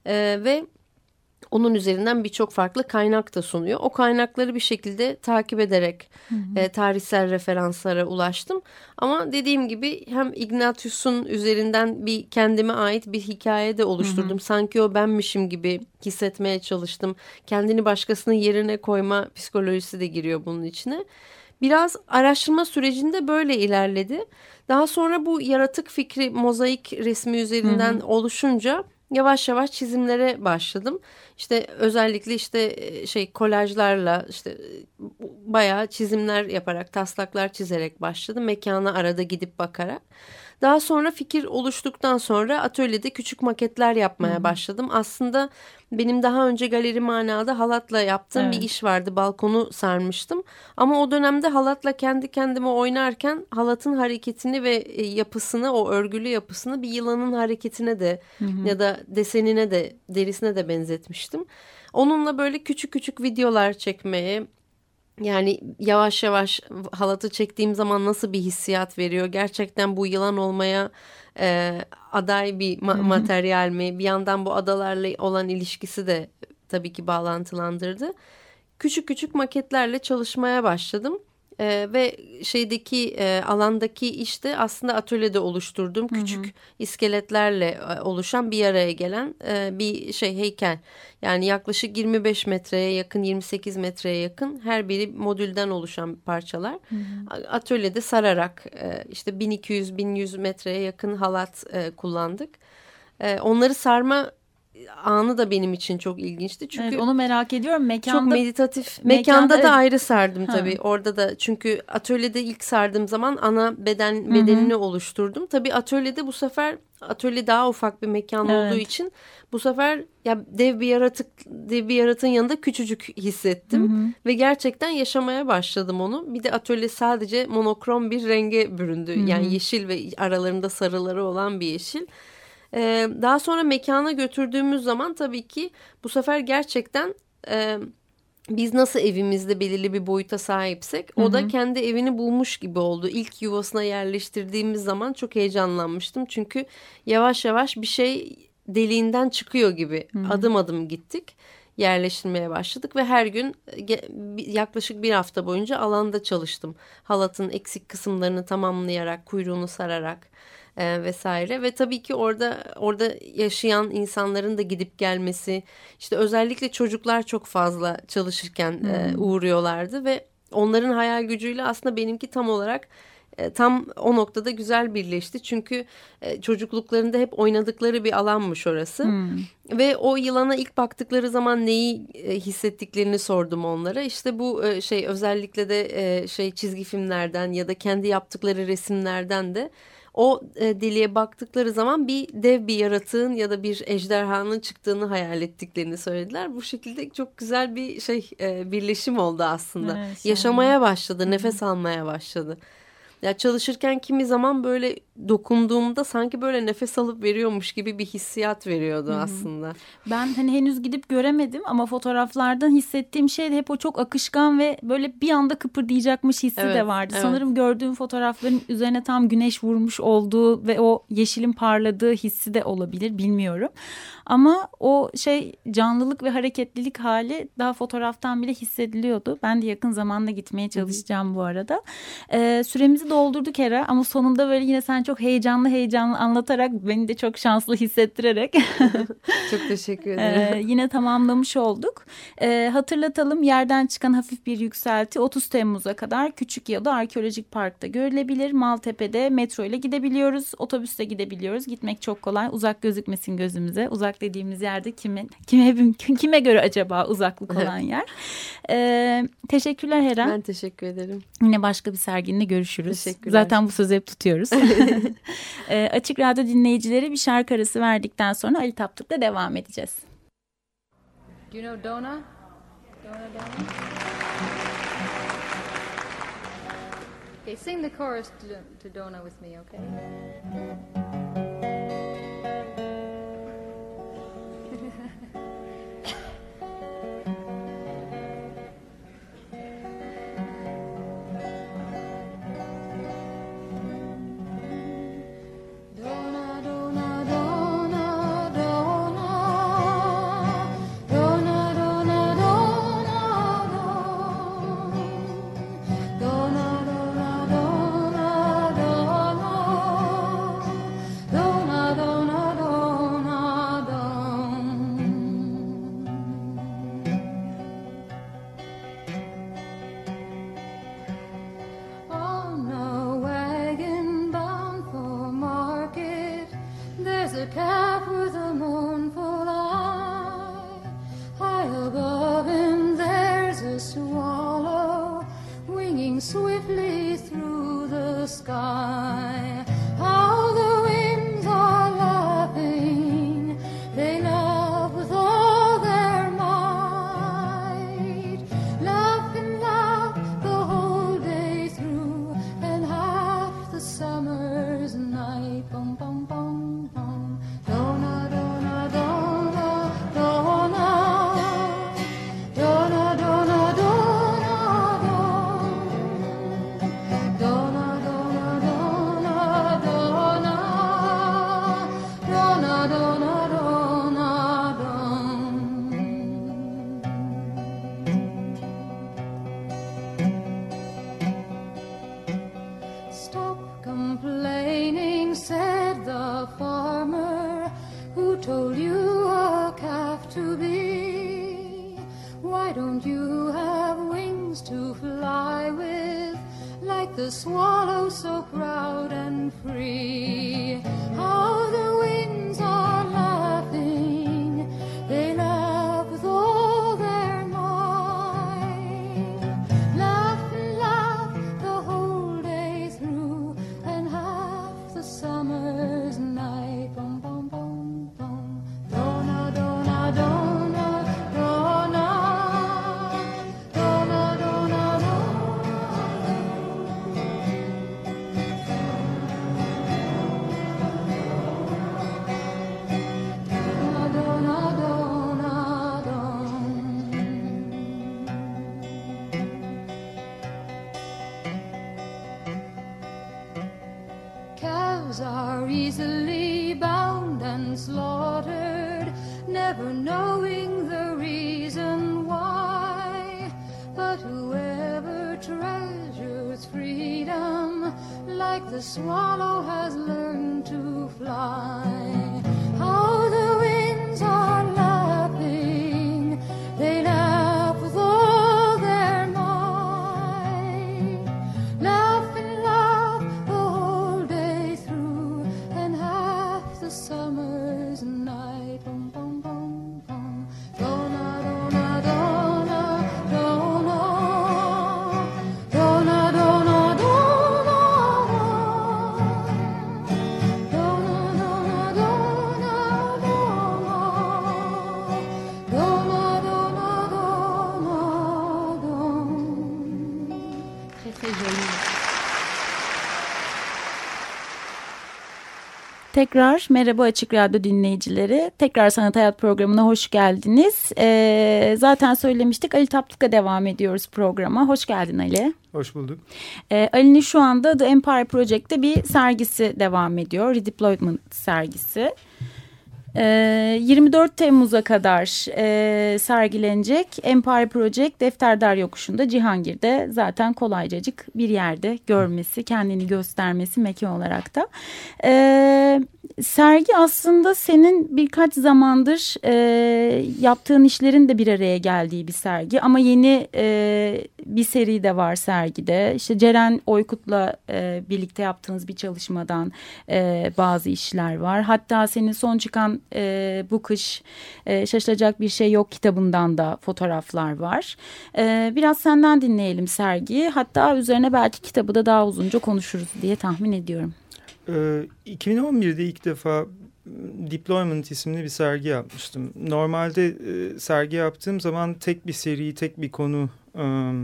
Ve onun üzerinden birçok farklı kaynak da sunuyor. O kaynakları bir şekilde takip ederek hı hı. E, tarihsel referanslara ulaştım. Ama dediğim gibi hem Ignatius'un üzerinden bir kendime ait bir hikaye de oluşturdum. Hı hı. Sanki o benmişim gibi hissetmeye çalıştım. Kendini başkasının yerine koyma psikolojisi de giriyor bunun içine. Biraz araştırma sürecinde böyle ilerledi. Daha sonra bu yaratık fikri mozaik resmi üzerinden hı hı. oluşunca yavaş yavaş çizimlere başladım. İşte özellikle işte şey kolajlarla işte bayağı çizimler yaparak, taslaklar çizerek başladım. Mekana arada gidip bakarak. Daha sonra fikir oluştuktan sonra atölyede küçük maketler yapmaya hmm. başladım. Aslında benim daha önce galeri manada halatla yaptığım evet. bir iş vardı. Balkonu sarmıştım. Ama o dönemde halatla kendi kendime oynarken halatın hareketini ve yapısını, o örgülü yapısını bir yılanın hareketine de hmm. ya da desenine de, derisine de benzetmiştim. Onunla böyle küçük küçük videolar çekmeye, yani yavaş yavaş halatı çektiğim zaman nasıl bir hissiyat veriyor? Gerçekten bu yılan olmaya e, aday bir ma- materyal mi? Bir yandan bu adalarla olan ilişkisi de tabii ki bağlantılandırdı. Küçük küçük maketlerle çalışmaya başladım. Ee, ve şeydeki e, alandaki işte aslında atölyede oluşturduğum küçük hı hı. iskeletlerle e, oluşan bir araya gelen e, bir şey heykel. Yani yaklaşık yirmi beş metreye yakın, yirmi sekiz metreye yakın her biri modülden oluşan parçalar. Hı hı. Atölyede sararak e, işte bin iki yüz bin yüz metreye yakın halat e, kullandık. E, onları sarma anı da benim için çok ilginçti. Çünkü evet, onu merak ediyorum. Mekanda, çok meditatif. Mekanda, Mekanda evet. da ayrı sardım tabii. Ha. Orada da çünkü atölyede ilk sardığım zaman ana beden bedenini Hı-hı. oluşturdum. Tabii atölyede bu sefer atölye daha ufak bir mekan evet. olduğu için bu sefer ya dev bir yaratık dev bir yaratığın yanında küçücük hissettim Hı-hı. ve gerçekten yaşamaya başladım onu. Bir de atölye sadece monokrom bir renge büründü. Hı-hı. Yani yeşil ve aralarında sarıları olan bir yeşil. Ee, daha sonra mekana götürdüğümüz zaman tabii ki bu sefer gerçekten e, biz nasıl evimizde belirli bir boyuta sahipsek Hı-hı. o da kendi evini bulmuş gibi oldu. İlk yuvasına yerleştirdiğimiz zaman çok heyecanlanmıştım. Çünkü yavaş yavaş bir şey deliğinden çıkıyor gibi Hı-hı. adım adım gittik. Yerleştirmeye başladık ve her gün yaklaşık bir hafta boyunca alanda çalıştım. Halatın eksik kısımlarını tamamlayarak, kuyruğunu sararak. E, vesaire ve tabii ki orada orada yaşayan insanların da gidip gelmesi işte özellikle çocuklar çok fazla çalışırken hmm. e, uğruyorlardı ve onların hayal gücüyle aslında benimki tam olarak e, tam o noktada güzel birleşti çünkü e, çocukluklarında hep oynadıkları bir alanmış orası hmm. ve o yılana ilk baktıkları zaman neyi e, hissettiklerini sordum onlara işte bu e, şey özellikle de e, şey çizgi filmlerden ya da kendi yaptıkları resimlerden de o e, deliğe baktıkları zaman bir dev bir yaratığın ya da bir ejderhanın çıktığını hayal ettiklerini söylediler. Bu şekilde çok güzel bir şey e, birleşim oldu aslında. Evet, yaşamaya başladı, Hı-hı. nefes almaya başladı. Ya çalışırken kimi zaman böyle dokunduğumda sanki böyle nefes alıp veriyormuş gibi bir hissiyat veriyordu Hı-hı. aslında. Ben hani henüz gidip göremedim ama fotoğraflardan hissettiğim şey de hep o çok akışkan ve böyle bir anda kıpırdayacakmış hissi evet, de vardı. Evet. Sanırım gördüğüm fotoğrafların üzerine tam güneş vurmuş olduğu ve o yeşilin parladığı hissi de olabilir, bilmiyorum. Ama o şey canlılık ve hareketlilik hali daha fotoğraftan bile hissediliyordu. Ben de yakın zamanda gitmeye çalışacağım Hı-hı. bu arada. Ee, süremizi doldurduk Hera ama sonunda böyle yine sen çok heyecanlı heyecanlı anlatarak beni de çok şanslı hissettirerek çok teşekkür ederim. Ee, yine tamamlamış olduk. Ee, hatırlatalım, yerden çıkan hafif bir yükselti otuz Temmuz'a kadar Küçükyalı Arkeolojik Park'ta görülebilir. Maltepe'de metro ile gidebiliyoruz, otobüste gidebiliyoruz. Gitmek çok kolay. Uzak gözükmesin gözümüze. Uzak dediğimiz yerde kime kime kime göre acaba uzaklık olan yer? Ee, teşekkürler Hera. Ben teşekkür ederim. Yine başka bir serginde görüşürüz. Zaten bu sözü hep tutuyoruz. e, Açık Radyo dinleyicileri bir şarkı arası verdikten sonra Ali Tapduk'la devam edeceğiz. Do you know Dona? Dona, Dona? Okay, sing the chorus to, to Dona with me, okay? Dona Why don't you have wings to fly with, like the swallow so proud and free? How the winds are laughing, they laugh with all their might. Laugh and laugh the whole day through, and half the summer's night. Bum, bum, bum, bum. Dona, dona, dona, dona. Dona, dona, dona. Dona, dona, dona. Calves are easily bound and slaughtered, never knowing the reason why. But whoever treasures freedom, like the swallow has learned to fly. How the winds are laughing, they laugh with all their might. Laugh and laugh the whole day through, and half the summer's night. Bum, bum, bum, bum. Dona, dona, dona, dona. Dona, dona, dona. Dona, dona, dona, dona. Dona, dona, dona, dona. Très très joli. Tekrar merhaba Açık Radyo dinleyicileri. Tekrar Sanat Hayat programına hoş geldiniz. Ee, zaten söylemiştik, Ali Tapduk'a devam ediyoruz programa. Hoş geldin Ali. Hoş bulduk. Ee, Ali'nin şu anda The Empire Project'te bir sergisi devam ediyor. Redeployment sergisi. Ee, yirmi dört Temmuz'a kadar e, sergilenecek Empire Project Defterdar Yokuşu'nda Cihangir'de, zaten kolaycacık bir yerde görmesi, kendini göstermesi mekan olarak da. Ee, sergi aslında senin birkaç zamandır e, yaptığın işlerin de bir araya geldiği bir sergi, ama yeni e, bir seri de var sergide. İşte Ceren Oykut'la e, birlikte yaptığınız bir çalışmadan e, bazı işler var. Hatta senin son çıkan e, bu kış e, Şaşılacak Bir Şey Yok kitabından da fotoğraflar var. E, biraz senden dinleyelim sergiyi. Hatta üzerine belki kitabı da daha uzunca konuşuruz diye tahmin ediyorum. Ee, iki bin on birde ilk defa Deployment isimli bir sergi yapmıştım. Normalde e, sergi yaptığım zaman tek bir seri, tek bir konu, e,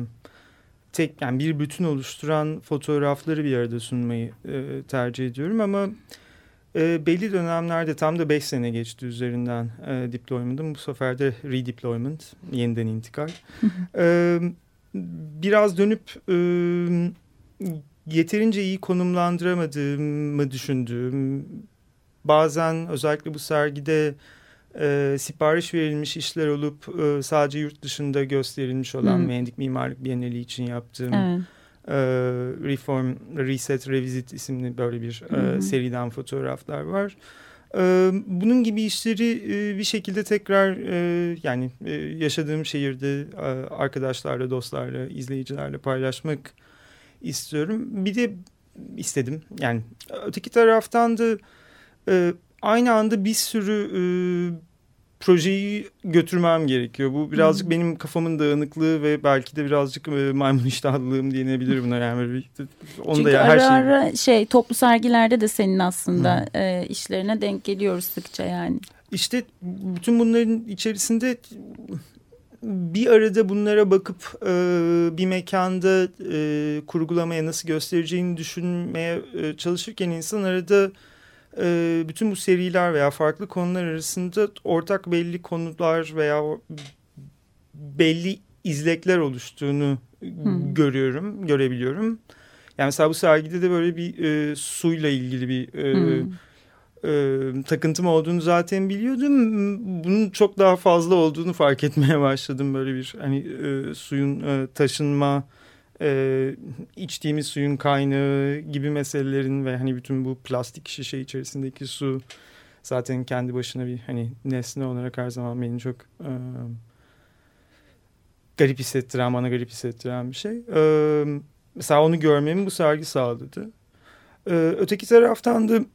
tek yani bir bütün oluşturan fotoğrafları bir arada sunmayı e, tercih ediyorum, ama e, belli dönemlerde tam da beş sene geçti üzerinden e, Deployment'ın. Bu sefer de Redeployment, yeniden intikal. e, biraz dönüp e, yeterince iyi konumlandıramadığımı düşündüğüm, bazen özellikle bu sergide e, sipariş verilmiş işler olup e, sadece yurt dışında gösterilmiş olan hmm. Venedik Mimarlık Bienali için yaptığım evet. e, Reform, Reset, Revisit isimli böyle bir e, seriden fotoğraflar var. E, bunun gibi işleri e, bir şekilde tekrar e, yani e, yaşadığım şehirde e, arkadaşlarla, dostlarla, izleyicilerle paylaşmak istiyorum. Bir de istedim. Yani öteki taraftan da e, aynı anda bir sürü e, projeyi götürmem gerekiyor. Bu birazcık hmm. benim kafamın dağınıklığı ve belki de birazcık e, maymun iştahlılığım diyebilir buna. Yani böyle bir, onu çünkü da ara her şey... ara şey, toplu sergilerde de senin aslında hmm. e, işlerine denk geliyoruz sıkça yani. İşte bütün bunların içerisinde bir arada bunlara bakıp e, bir mekanda e, kurgulamaya nasıl göstereceğini düşünmeye e, çalışırken insan arada e, bütün bu seriler veya farklı konular arasında ortak belli konular veya belli izlekler oluştuğunu hmm. görüyorum, görebiliyorum. Yani mesela bu sergide de böyle bir e, suyla ilgili bir e, hmm. e, takıntım olduğunu zaten biliyordum. Bunun çok daha fazla olduğunu fark etmeye başladım. Böyle bir hani e, suyun e, taşınma, e, içtiğimiz suyun kaynağı gibi meselelerin ve hani bütün bu plastik şişe içerisindeki su zaten kendi başına bir hani nesne olarak her zaman beni çok e, garip hissettiren, bana garip hissettiren bir şey. Ee, mesela onu görmemi bu sergi sağladı. Ee, öteki taraftan da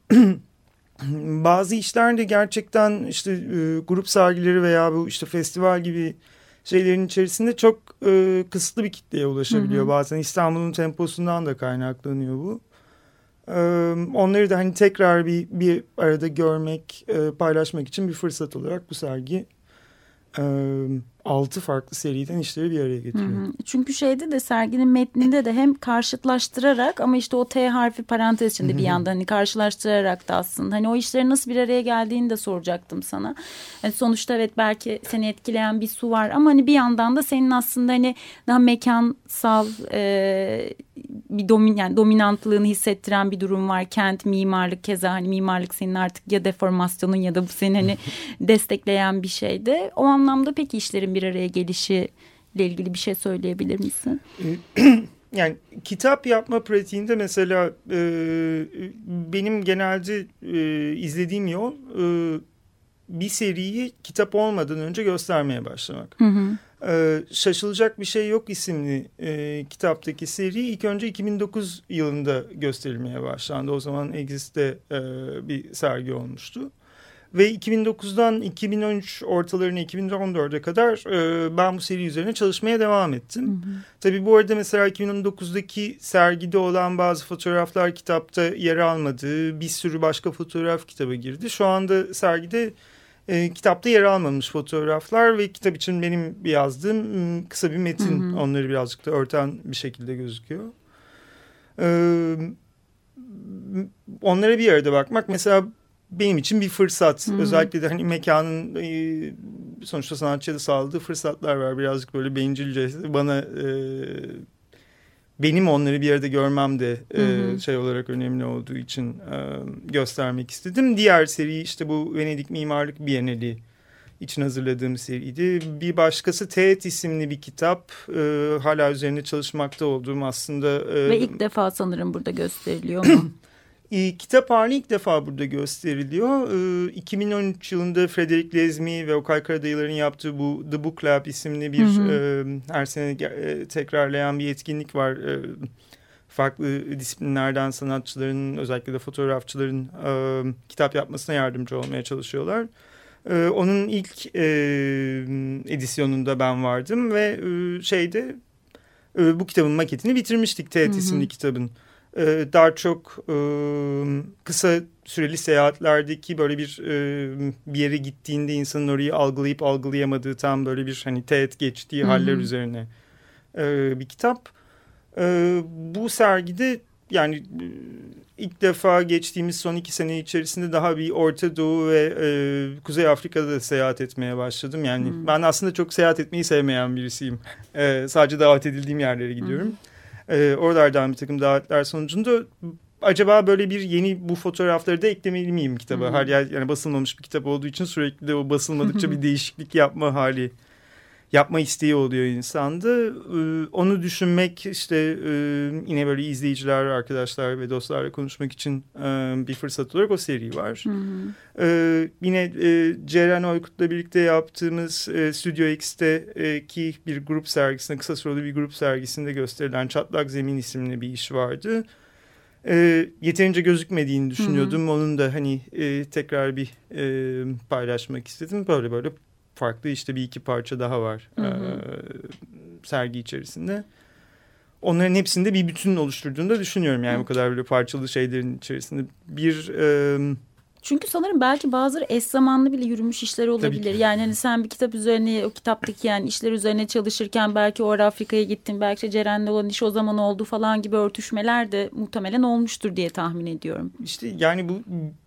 bazı işlerde gerçekten işte e, grup sergileri veya bu işte festival gibi şeylerin içerisinde çok e, kısıtlı bir kitleye ulaşabiliyor. Hı hı. Bazen İstanbul'un temposundan da kaynaklanıyor bu. E, onları da hani tekrar bir, bir arada görmek, e, paylaşmak için bir fırsat olarak bu sergi e, altı farklı seriden işleri bir araya getiriyor. Hı hı. Çünkü şeyde de serginin metninde de hem karşıtlaştırarak ama işte o T harfi parantez içinde bir yandan hani karşılaştırarak da aslında hani o işlerin nasıl bir araya geldiğini de soracaktım sana. Yani sonuçta evet belki seni etkileyen bir su var ama hani bir yandan da senin aslında hani daha mekansal e, bir domin yani dominantlığını hissettiren bir durum var. Kent, mimarlık keza hani mimarlık senin artık ya deformasyonun ya da bu seni hani destekleyen bir şeydi. O anlamda peki işlerin bir araya gelişiyle ilgili bir şey söyleyebilir misin? Yani kitap yapma pratiğinde mesela e, benim genelde e, izlediğim yol e, bir seriyi kitap olmadan önce göstermeye başlamak. Hı hı. E, Şaşılacak Bir Şey Yok isimli e, kitaptaki seri ilk önce iki bin dokuz yılında gösterilmeye başlandı. O zaman Exist'te e, bir sergi olmuştu. Ve iki bin dokuzdan iki bin on üç ortalarına iki bin on dörde kadar e, ben bu seri üzerine çalışmaya devam ettim. Hı hı. Tabii bu arada mesela iki bin on dokuzdaki sergide olan bazı fotoğraflar kitapta yer almadı. Bir sürü başka fotoğraf kitaba girdi. Şu anda sergide e, kitapta yer almamış fotoğraflar ve kitap için benim yazdığım kısa bir metin. Hı hı. Onları birazcık da örten bir şekilde gözüküyor. E, onlara bir arada bakmak mesela benim için bir fırsat. Hı-hı. Özellikle de hani mekanın e, sonuçta sanatçıya da sağladığı fırsatlar var. Birazcık böyle bencilce bana e, benim onları bir arada görmem de e, şey olarak önemli olduğu için e, göstermek istedim. Diğer seri işte bu Venedik Mimarlık Bienali için hazırladığım seriydi. Bir başkası Teğet isimli bir kitap. E, hala üzerinde çalışmakta olduğum aslında. E, Ve ilk defa sanırım burada gösteriliyor mu? E, kitap hali ilk defa burada gösteriliyor. E, iki bin on üç yılında Frederick Lezmi ve Okay Karadayılar'ın yaptığı bu The Book Lab isimli bir hı hı. E, her sene e, tekrarlayan bir etkinlik var. E, farklı disiplinlerden sanatçıların özellikle de fotoğrafçıların e, kitap yapmasına yardımcı olmaya çalışıyorlar. E, onun ilk e, edisyonunda ben vardım ve e, şeyde e, bu kitabın maketini bitirmiştik. Teğet isimli kitabın. Daha çok e, kısa süreli seyahatlerdeki böyle bir e, bir yere gittiğinde insanın orayı algılayıp algılayamadığı tam böyle bir hani teğet geçtiği Hı-hı. haller üzerine e, bir kitap. E, bu sergide yani ilk defa geçtiğimiz son iki sene içerisinde daha bir Orta Doğu ve e, Kuzey Afrika'da da seyahat etmeye başladım. Yani Hı-hı. ben aslında çok seyahat etmeyi sevmeyen birisiyim. E, sadece davet edildiğim yerlere gidiyorum. Hı-hı. Ee, oralardan bir takım davetler sonucunda acaba böyle bir yeni bu fotoğrafları da eklemeli miyim kitaba? Hmm. Her yer yani basılmamış bir kitap olduğu için sürekli de o basılmadıkça bir değişiklik yapma hali, yapma isteği oluyor insanda. Ee, onu düşünmek işte e, yine böyle izleyiciler, arkadaşlar ve dostlarla konuşmak için e, bir fırsat olarak o seri var. Hmm. Ee, yine e, Ceren Oykut'la birlikte yaptığımız e, Studio X'teki bir grup sergisinde, kısa süreli bir grup sergisinde gösterilen Çatlak Zemin isimli bir iş vardı. E, yeterince gözükmediğini düşünüyordum. Hı-hı. Onun da hani e, tekrar bir e, paylaşmak istedim. Böyle böyle farklı işte bir iki parça daha var e, sergi içerisinde. Onların hepsinde bir bütün oluşturduğunu da düşünüyorum. Yani Hı-hı. bu kadar böyle parçalı şeylerin içerisinde bir... E, Çünkü sanırım belki bazıları eş zamanlı bile yürümüş işler olabilir. Yani hani sen bir kitap üzerine, o kitaptaki yani işler üzerine çalışırken belki orada Afrika'ya gittin, belki Ceren'le olan iş o zaman oldu falan gibi örtüşmeler de muhtemelen olmuştur diye tahmin ediyorum. İşte yani bu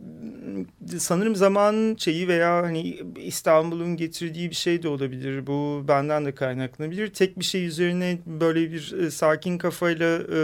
sanırım zamanın şeyi veya hani İstanbul'un getirdiği bir şey de olabilir. Bu benden de kaynaklanabilir. Tek bir şey üzerine böyle bir sakin kafayla... E,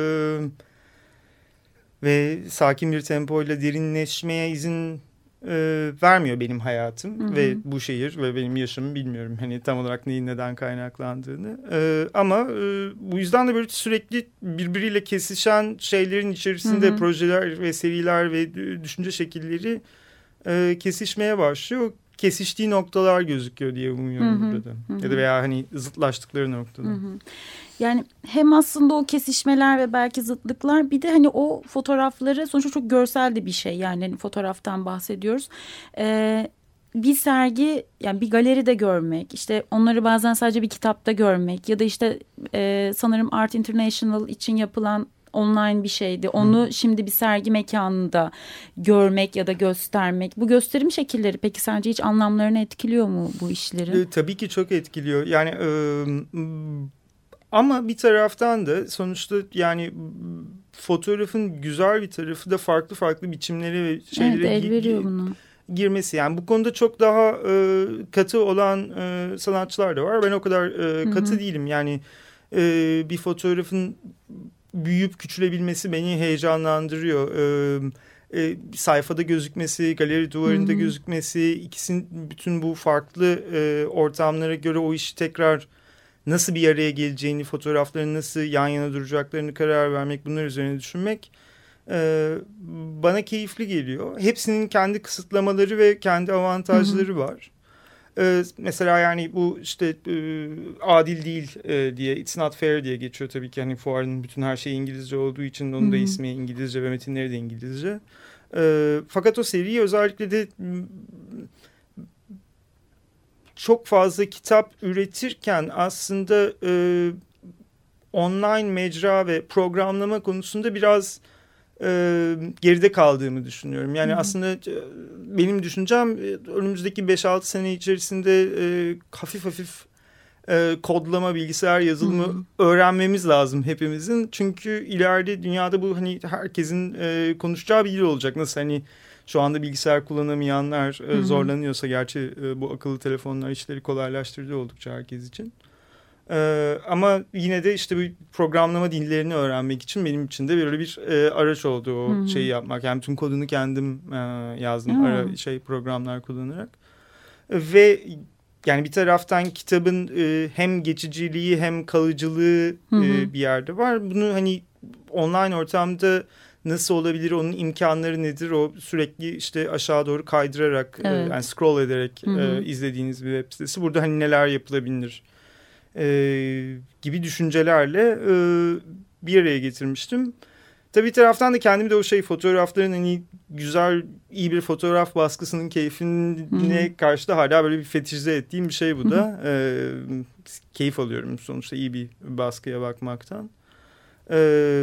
ve sakin bir tempoyla derinleşmeye izin e, vermiyor benim hayatım. Hı hı. Ve bu şehir ve benim yaşamım bilmiyorum hani tam olarak neyin neden kaynaklandığını. E, ama e, bu yüzden de böyle sürekli birbiriyle kesişen şeylerin içerisinde hı hı. projeler ve seriler ve düşünce şekilleri e, kesişmeye başlıyor. kesiştiği noktalar gözüküyor diye umuyorum Hı hı, burada da. hı. Ya da veya hani zıtlaştıkları noktada. Hı hı. Yani hem aslında o kesişmeler ve belki zıtlıklar, bir de hani o fotoğrafları, sonuçta çok görsel de bir şey, yani hani fotoğraftan bahsediyoruz. Ee, bir sergi, yani bir galeride görmek, işte onları bazen sadece bir kitapta görmek ya da işte e, sanırım Art International için yapılan online bir şeydi. Onu hmm. şimdi bir sergi mekanında görmek ya da göstermek. Bu gösterim şekilleri peki sence hiç anlamlarını etkiliyor mu bu işlerin? E, tabii ki çok etkiliyor. Yani e, ama bir taraftan da sonuçta yani fotoğrafın güzel bir tarafı da farklı farklı biçimleri ve şeylere evet, el veriyor buna. girmesi. Yani bu konuda çok daha e, katı olan e, sanatçılar da var. Ben o kadar e, katı Hı-hı. değilim. Yani e, bir fotoğrafın büyüyüp küçülebilmesi beni heyecanlandırıyor. Ee, e, sayfada gözükmesi, galeri duvarında Hı-hı. gözükmesi, ikisinin bütün bu farklı e, ortamlara göre o işi tekrar nasıl bir araya geleceğini, fotoğrafların nasıl yan yana duracaklarını karar vermek, bunlar üzerine düşünmek e, bana keyifli geliyor. Hepsinin kendi kısıtlamaları ve kendi avantajları Hı-hı. var. Ee, mesela yani bu işte e, adil değil e, diye, it's not fair diye geçiyor tabii ki. Hani fuarın bütün her şeyi İngilizce olduğu için onun da hmm. ismi İngilizce ve metinleri de İngilizce. E, fakat o seriyi özellikle de çok fazla kitap üretirken aslında e, online mecra ve programlama konusunda biraz e, geride kaldığımı düşünüyorum. Yani Hı-hı. aslında e, benim düşüncem e, önümüzdeki beş altı sene içerisinde e, hafif hafif e, kodlama, bilgisayar yazılımı Hı-hı. öğrenmemiz lazım hepimizin. Çünkü ileride dünyada bu hani herkesin e, konuşacağı bir dil olacak. Nasıl hani şu anda bilgisayar kullanamayanlar e, zorlanıyorsa, gerçi e, bu akıllı telefonlar işleri kolaylaştırdı oldukça herkes için. Ee, ama yine de işte bu programlama dillerini öğrenmek için benim için de böyle bir e, araç oldu o Hı-hı. şeyi yapmak. Yani tüm kodunu kendim e, yazdım ara, şey programlar kullanarak. Ve yani bir taraftan kitabın e, hem geçiciliği hem kalıcılığı e, bir yerde var. Bunu hani online ortamda nasıl olabilir, onun imkanları nedir, o sürekli işte aşağı doğru kaydırarak evet. e, yani scroll ederek e, izlediğiniz bir web sitesi. Burada hani neler yapılabilir Ee, gibi düşüncelerle e, bir araya getirmiştim. Tabii bir taraftan da kendimi de o şey fotoğrafların hani güzel, iyi bir fotoğraf baskısının keyfine Hı-hı. karşı da hala böyle bir fetişize ettiğim bir şey bu da. Ee, keyif alıyorum sonuçta iyi bir baskıya bakmaktan. Ee,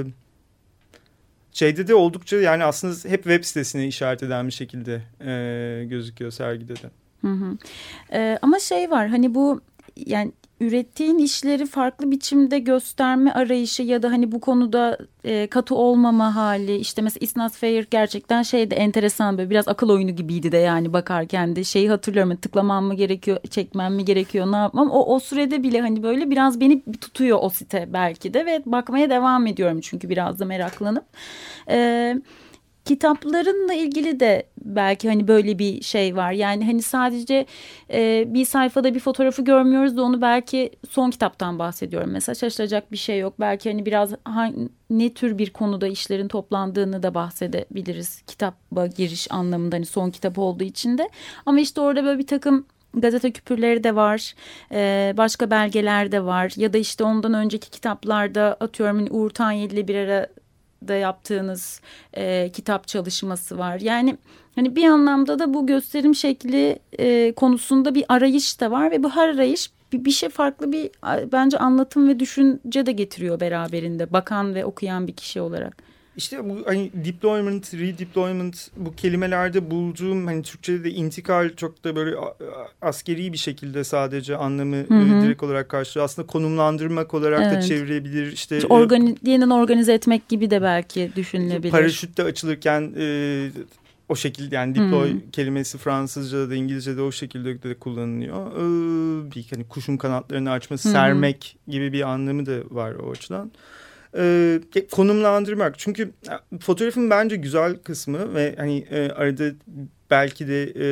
şeyde de oldukça yani aslında hep web sitesine işaret eden bir şekilde e, gözüküyor sergide de. Hı hı. Ee, ama şey var hani bu yani ürettiğin işleri farklı biçimde gösterme arayışı ya da hani bu konuda e, katı olmama hali, işte mesela It's Not Fair gerçekten şeydi, enteresan, böyle biraz akıl oyunu gibiydi de yani bakarken de şeyi hatırlıyorum, tıklamam mı gerekiyor, çekmem mi gerekiyor, ne yapmam, o, o sürede bile hani böyle biraz beni tutuyor o site belki de ve bakmaya devam ediyorum çünkü biraz da meraklanıp. Evet. Kitaplarınla ilgili de belki hani böyle bir şey var. Yani hani sadece e, bir sayfada bir fotoğrafı görmüyoruz da onu belki son kitaptan bahsediyorum. Mesela şaşıracak bir şey yok. Belki hani biraz ha, ne tür bir konuda işlerin toplandığını da bahsedebiliriz. Kitaba giriş anlamında hani son kitap olduğu için de. Ama işte orada böyle bir takım gazete küpürleri de var, ee, başka belgeler de var. Ya da işte ondan önceki kitaplarda atıyorum hani Uğur Tanyeli ile bir ara da yaptığınız e, kitap çalışması var. Yani hani bir anlamda da bu gösterim şekli e, konusunda bir arayış da var ve bu her arayış bir, bir şey farklı bir bence anlatım ve düşünce de getiriyor beraberinde bakan ve okuyan bir kişi olarak. İşte bu hani deployment, redeployment, bu kelimelerde bulduğum hani Türkçe'de de intikal çok da böyle askeri bir şekilde sadece anlamı hı hı. direkt olarak karşılıyor. Aslında konumlandırmak olarak evet. da çevirebilir. İşte Organi yeniden organize etmek gibi de belki düşünülebilir. Paraşütle açılırken e, o şekilde yani deploy hmm. kelimesi Fransızca'da da İngilizce'de o şekilde de kullanılıyor. Ee, bir hani kuşun kanatlarını açması, hmm. sermek gibi bir anlamı da var o açıdan. Ee, konumlandırmak. Çünkü fotoğrafın bence güzel kısmı ve hani e, arada belki de e,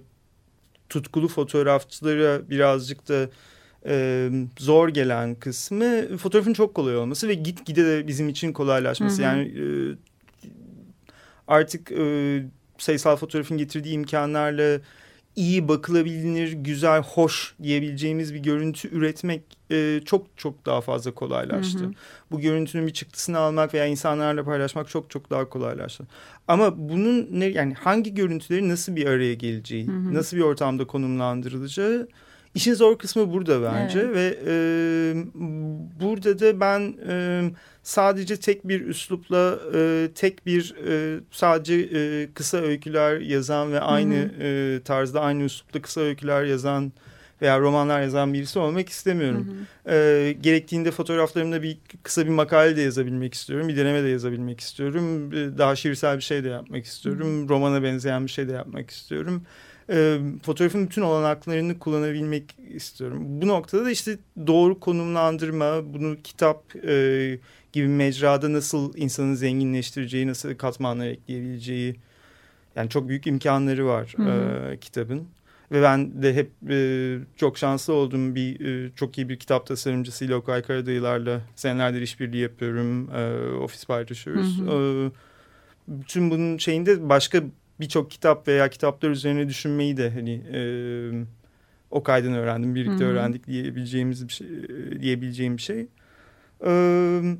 tutkulu fotoğrafçılara birazcık da e, zor gelen kısmı fotoğrafın çok kolay olması ve gitgide de bizim için kolaylaşması. Hı hı. Yani e, artık e, sayısal fotoğrafın getirdiği imkanlarla iyi, bakılabilir, güzel, hoş diyebileceğimiz bir görüntü üretmek e, çok çok daha fazla kolaylaştı. Hı hı. Bu görüntünün bir çıktısını almak veya insanlarla paylaşmak çok çok daha kolaylaştı. Ama bunun ne, yani hangi görüntüleri nasıl bir araya geleceği, hı hı. nasıl bir ortamda konumlandırılacağı işin zor kısmı burada bence. Evet. Ve e, burada da ben e, sadece tek bir üslupla e, tek bir e, sadece e, kısa öyküler yazan ve aynı hı hı. E, tarzda aynı üslupla kısa öyküler yazan veya romanlar yazan birisi olmak istemiyorum. Hı hı. E, gerektiğinde fotoğraflarımda bir kısa bir makale de yazabilmek istiyorum. Bir deneme de yazabilmek istiyorum. E, daha şiirsel bir şey de yapmak istiyorum. Hı hı. Romana benzeyen bir şey de yapmak istiyorum. E, fotoğrafın bütün olanaklarını kullanabilmek istiyorum. Bu noktada da işte doğru konumlandırma, bunu kitap e, gibi mecrada nasıl insanı zenginleştireceği, nasıl katmanlar ekleyebileceği, yani çok büyük imkanları var hı hı. E, kitabın. Ve ben de hep e, çok şanslı olduğum bir e, çok iyi bir kitap tasarımcısıyla, Okay Karadayılar'la senelerdir işbirliği yapıyorum. E, ofis paylaşıyoruz. Hı hı. E, bütün bunun şeyinde başka birçok kitap veya kitaplar üzerine düşünmeyi de hani e, Okay'dan öğrendim, birlikte hı hı. öğrendik diyebileceğimiz bir şey, diyebileceğim bir şey. E,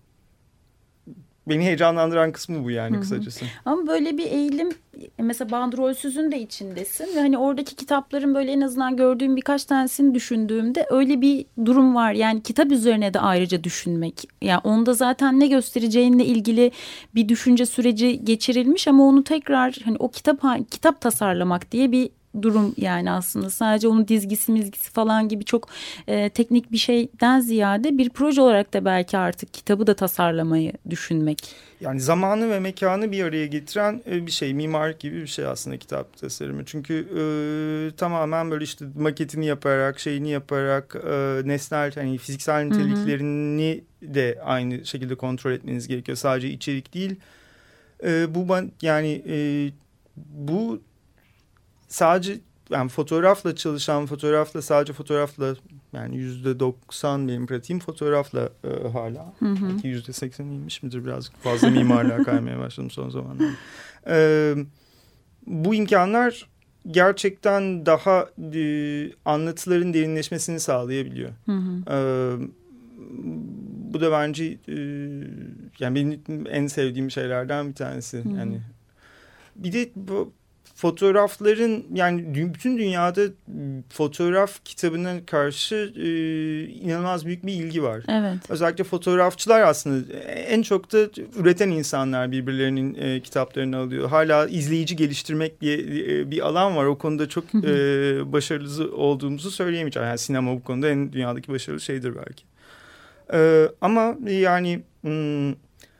Beni heyecanlandıran kısmı bu yani, hı hı. kısacası. Ama böyle bir eğilim, mesela Bandrolsüz'ün de içindesin ve hani oradaki kitapların böyle en azından gördüğüm birkaç tanesini düşündüğümde öyle bir durum var. Yani kitap üzerine de ayrıca düşünmek. Yani onda zaten ne göstereceğinle ilgili bir düşünce süreci geçirilmiş ama onu tekrar hani o kitap kitap tasarlamak diye bir durum yani aslında. Sadece onun dizgisi mizgisi falan gibi çok e, teknik bir şeyden ziyade bir proje olarak da belki artık kitabı da tasarlamayı düşünmek. Yani zamanı ve mekanı bir araya getiren e, bir şey. Mimarlık gibi bir şey aslında kitap tasarımı. Çünkü e, tamamen böyle işte maketini yaparak, şeyini yaparak, e, nesnel, hani fiziksel niteliklerini hı hı. de aynı şekilde kontrol etmeniz gerekiyor. Sadece içerik değil. E, bu yani e, bu sadece yani fotoğrafla çalışan, fotoğrafla sadece fotoğrafla yani yüzde doksan benim pratiğim fotoğrafla e, hala. Hı hı. Belki yüzde seksen iyiymiş midir, birazcık fazla mimarlığa kaymaya başladım son zamanlarda. E, bu imkanlar gerçekten daha e, anlatıların derinleşmesini sağlayabiliyor. Hı hı. E, bu da bence e, yani benim en sevdiğim şeylerden bir tanesi. Hı hı. Yani bir de bu fotoğrafların, yani bütün dünyada fotoğraf kitabına karşı e, inanılmaz büyük bir ilgi var. Evet. Özellikle fotoğrafçılar aslında en çok da üreten insanlar birbirlerinin e, kitaplarını alıyor. Hala izleyici geliştirmek diye e, bir alan var. O konuda çok e, başarılı olduğumuzu söyleyemeyeceğim. Yani sinema bu konuda en dünyadaki başarılı şeydir belki. E, ama yani hmm,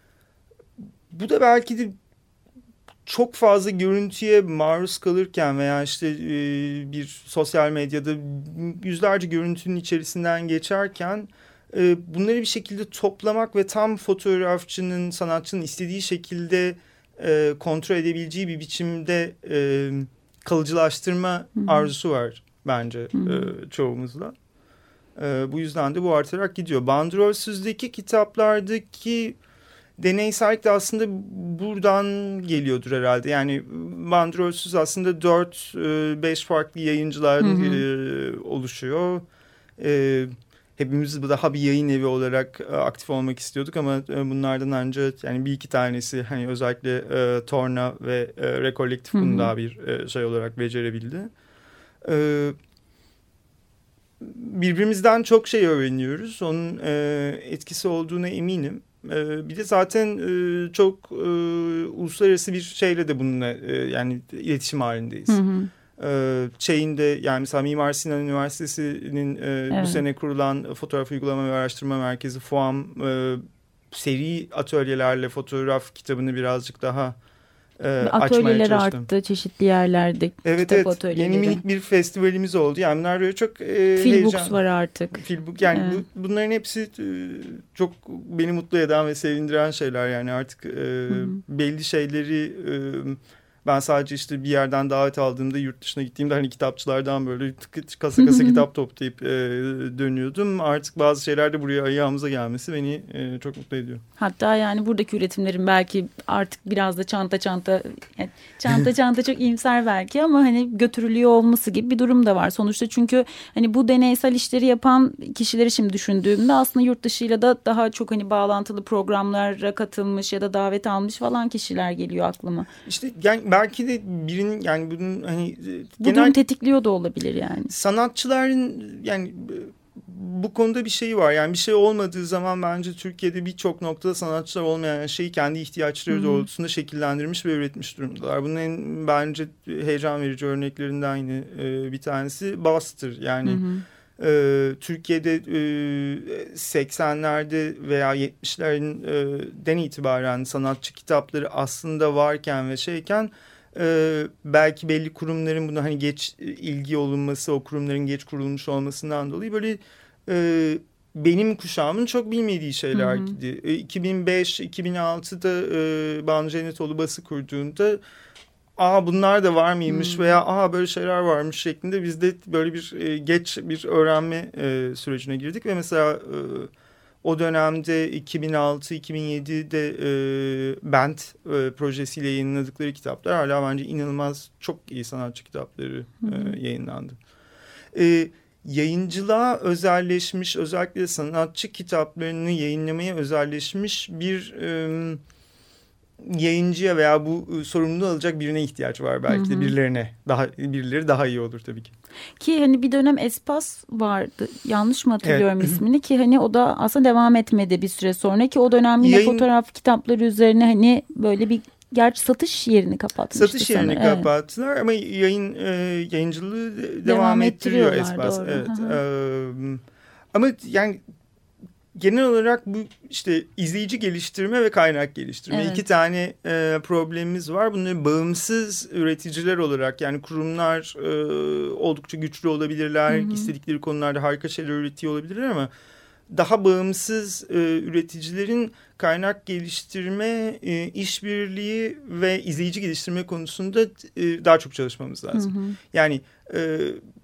bu da belki de çok fazla görüntüye maruz kalırken veya işte e, bir sosyal medyada yüzlerce görüntünün içerisinden geçerken e, bunları bir şekilde toplamak ve tam fotoğrafçının, sanatçının istediği şekilde e, kontrol edebileceği bir biçimde e, kalıcılaştırma Hı-hı. arzusu var bence e, çoğumuzda. E, bu yüzden de bu artarak gidiyor. Bandrolsüz'deki kitaplardaki deneysellik de aslında buradan geliyordur herhalde. Yani Bandrolsüz aslında dört beş farklı yayıncılardan e, oluşuyor. E, hepimiz daha bir yayın evi olarak e, aktif olmak istiyorduk ama e, bunlardan ancak yani bir iki tanesi hani özellikle e, Torna ve e, Rekolektif bunu daha bir e, şey olarak becerebildi. E, birbirimizden çok şey öğreniyoruz. Onun e, etkisi olduğuna eminim. Bir de zaten çok uluslararası bir şeyle de bununla yani iletişim halindeyiz. Hı hı. Şeyinde yani mesela Mimar Sinan Üniversitesi'nin evet. bu sene kurulan Fotoğraf Uygulama ve Araştırma Merkezi FOAM seri atölyelerle fotoğraf kitabını birazcık daha e, atölyeler arttı çeşitli yerlerde. Evet kitap evet atölyeleri. Yeni minik bir festivalimiz oldu. Yani bunlar böyle çok e, Filbooks heyecan. var artık. Filbook yani evet. bu, bunların hepsi e, çok beni mutlu eden ve sevindiren şeyler. Yani artık e, belli şeyleri e, Ben sadece işte bir yerden davet aldığımda, yurt dışına gittiğimde hani kitapçılardan böyle kasa kasa kitap toplayıp e, dönüyordum. Artık bazı şeyler de buraya ayağımıza gelmesi beni e, çok mutlu ediyor. Hatta yani buradaki üretimlerin belki artık biraz da çanta çanta yani çanta çanta çok iyimser belki ama hani götürülüyor olması gibi bir durum da var. Sonuçta çünkü hani bu deneysel işleri yapan kişileri şimdi düşündüğümde aslında yurt dışıyla da daha çok hani bağlantılı programlara katılmış ya da davet almış falan kişiler geliyor aklıma. İşte yani belki de birinin yani bunun hani bu genel durum tetikliyor da olabilir yani. Sanatçıların yani bu konuda bir şey var. Yani bir şey olmadığı zaman bence Türkiye'de birçok noktada sanatçılar olmayan şeyi kendi ihtiyaçları hmm. doğrultusunda şekillendirmiş ve üretmiş durumdalar. Bunun en bence heyecan verici örneklerinden yine e, bir tanesi Bastır. Yani hmm. e, Türkiye'de e, seksenlerde veya yetmişlerden itibaren sanatçı kitapları aslında varken ve şeyken Ee, belki belli kurumların buna hani geç ilgi olunması, o kurumların geç kurulmuş olmasından dolayı böyle e, benim kuşağımın çok bilmediği şeyler gidi. E, iki bin beş iki bin altıda e, Banu Cennetoğlu Bas'ı kurduğunda aa bunlar da var mıymış hmm. veya aa böyle şeyler varmış şeklinde biz de böyle bir e, geç bir öğrenme e, sürecine girdik ve mesela e, o dönemde iki bin altı iki bin yedide e, Band e, projesiyle yayınladıkları kitaplar hala bence inanılmaz çok iyi sanatçı kitapları e, yayınlandı. E, yayıncılığa özelleşmiş, özellikle sanatçı kitaplarını yayınlamaya özelleşmiş bir e, yayıncıya veya bu sorumluluğu alacak birine ihtiyaç var belki de, birilerine. Daha birileri daha iyi olur tabii ki. Ki hani bir dönem Espas vardı. Yanlış mı hatırlıyorum evet. ismini ki hani o da aslında devam etmedi bir süre sonra ki o dönem yine Yayın... fotoğraf kitapları üzerine hani böyle bir gerçi satış yerini kapatmıştı. Satış yerini sana. kapattılar evet. ama yayın e, yayıncılığı devam, devam ettiriyor Espas. Doğru. Evet. E, ama yani genel olarak bu işte izleyici geliştirme ve kaynak geliştirme evet. iki tane e, problemimiz var. Bunları bağımsız üreticiler olarak yani kurumlar e, oldukça güçlü olabilirler. Hı hı. İstedikleri konularda harika şeyler üretiyor olabilirler ama daha bağımsız e, üreticilerin kaynak geliştirme, e, işbirliği ve izleyici geliştirme konusunda e, daha çok çalışmamız lazım. Hı hı. Yani e,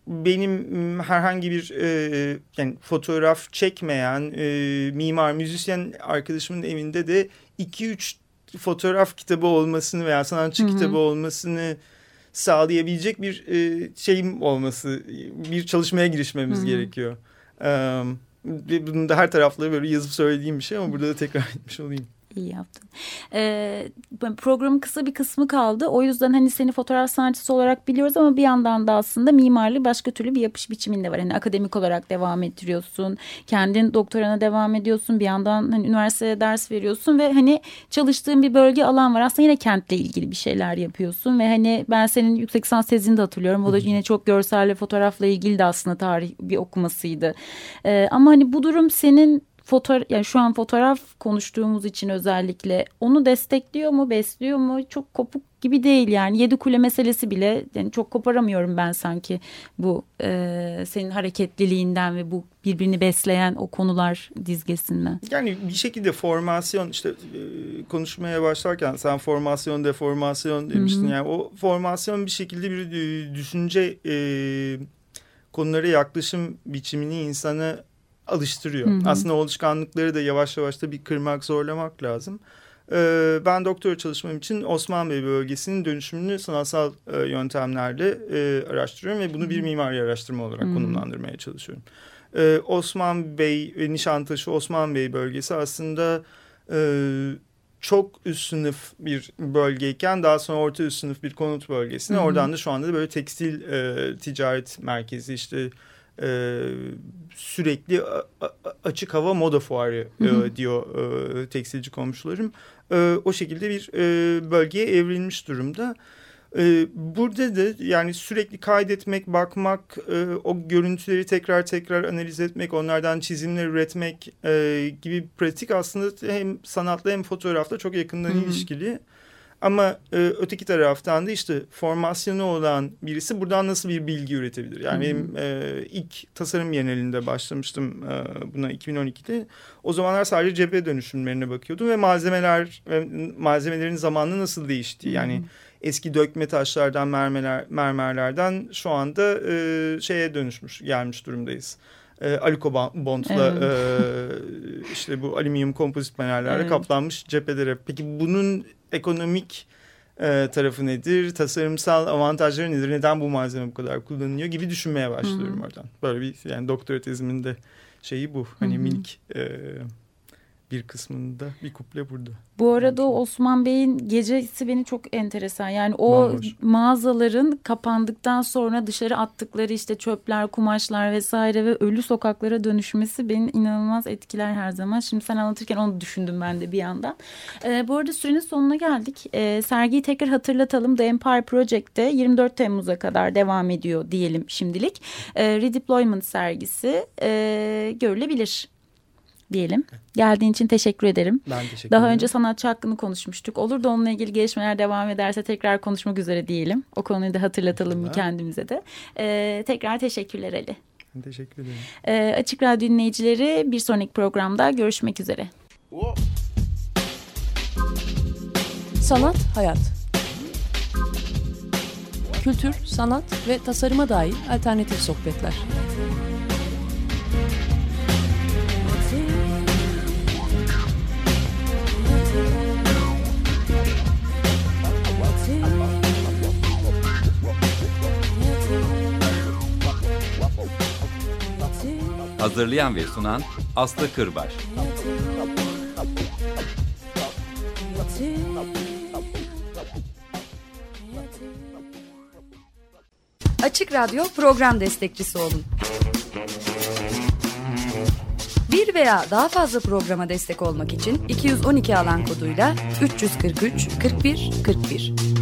benim herhangi bir e, yani fotoğraf çekmeyen e, mimar, müzisyen arkadaşımın evinde de iki üç fotoğraf kitabı olmasını veya sanatçı Hı-hı. kitabı olmasını sağlayabilecek bir e, şeyim olması, bir çalışmaya girişmemiz Hı-hı. gerekiyor. E, bunun da her tarafları böyle yazıp söylediğim bir şey ama burada da tekrar etmiş olayım. İyi yaptın. Ee, programın kısa bir kısmı kaldı. O yüzden hani seni fotoğraf sanatçısı olarak biliyoruz ama bir yandan da aslında mimarlığı başka türlü bir yapış biçiminde var. Hani akademik olarak devam ettiriyorsun. Kendin doktorana devam ediyorsun. Bir yandan hani üniversitede ders veriyorsun ve hani çalıştığın bir bölge alan var. Aslında yine kentle ilgili bir şeyler yapıyorsun ve hani ben senin yüksek lisans tezini de hatırlıyorum. O da yine çok görsel ve fotoğrafla ilgili de aslında tarih bir okumasıydı. Ee, ama hani bu durum senin Fotoğraf, yani şu an fotoğraf konuştuğumuz için özellikle onu destekliyor mu, besliyor mu? Çok kopuk gibi değil yani. Yedikule meselesi bile yani çok koparamıyorum ben sanki bu e, senin hareketliliğinden ve bu birbirini besleyen o konular dizgesinden. Yani bir şekilde formasyon işte e, konuşmaya başlarken sen formasyon deformasyon demiştin. Hı hı. Yani o formasyon bir şekilde bir e, düşünce e, konulara yaklaşım biçimini insana alıştırıyor. Hı hı. Aslında o alışkanlıkları da yavaş yavaş da bir kırmak, zorlamak lazım. Ee, ben doktora çalışmam için Osman Bey bölgesinin dönüşümünü sanatsal e, yöntemlerle e, araştırıyorum ve bunu hı. bir mimari araştırma olarak hı. konumlandırmaya çalışıyorum. Ee, Osman Bey ve Nişantaşı Osman Bey bölgesi aslında e, çok üst sınıf bir bölgeyken daha sonra orta üst sınıf bir konut bölgesine hı hı. oradan da şu anda da böyle tekstil e, ticaret merkezi işte Ee, sürekli a, a, açık hava moda fuarı e, diyor e, tekstilci komşularım. E, o şekilde bir e, bölgeye evrilmiş durumda. E, burada da yani sürekli kaydetmek, bakmak, e, o görüntüleri tekrar tekrar analiz etmek, onlardan çizimler üretmek e, gibi pratik aslında hem sanatla hem fotoğrafla çok yakından Hı-hı. ilişkili. Ama e, öteki taraftan da işte formasyonu olan birisi buradan nasıl bir bilgi üretebilir? Yani benim e, ilk tasarım genelinde başlamıştım e, buna iki bin on ikide. O zamanlar sadece cephe dönüşümlerine bakıyordum ve malzemeler ve malzemelerin zamanla nasıl değiştiği. Yani eski dökme taşlardan, mermerler, mermerlerden şu anda e, şeye dönüşmüş, gelmiş durumdayız. E, Aliko Bond'la evet. e, işte bu alüminyum kompozit panellerle evet. kaplanmış cephelere. Peki bunun ekonomik e, tarafı nedir? Tasarımsal avantajları nedir? Neden bu malzeme bu kadar kullanılıyor gibi düşünmeye başlıyorum Hı-hı. oradan. Böyle bir yani doktora tezimin de şeyi bu. Hani Hı-hı. minik e, bir kısmında bir kuple burada. Bu arada o Osman Bey'in gecesi beni çok enteresan. Yani o Mamur. mağazaların kapandıktan sonra dışarı attıkları işte çöpler, kumaşlar vesaire ve ölü sokaklara dönüşmesi beni inanılmaz etkiler her zaman. Şimdi sen anlatırken onu düşündüm ben de bir yandan. Ee, bu arada sürenin sonuna geldik. Ee, sergiyi tekrar hatırlatalım. The Empire Project'te yirmi dört Temmuz'a kadar devam ediyor diyelim şimdilik. Ee, Redeployment sergisi e, görülebilir diyelim. Geldiğin için teşekkür ederim. Ben teşekkür Daha ederim. önce sanatçı hakkını konuşmuştuk. Olur da onunla ilgili gelişmeler devam ederse tekrar konuşmak üzere diyelim. O konuyu da hatırlatalım mı kendimize de. Ee, tekrar teşekkürler Ali. Ben teşekkür ederim. Ee, Açık Radyo dinleyicileri bir sonraki programda görüşmek üzere. Sanat, hayat. Kültür, sanat ve tasarıma dair alternatif sohbetler. Hazırlayan ve sunan Aslı Kırbaş. Açık Radyo program destekçisi olun. Bir veya daha fazla programa destek olmak için iki yüz on iki alan koduyla üç yüz kırk üç kırk bir kırk bir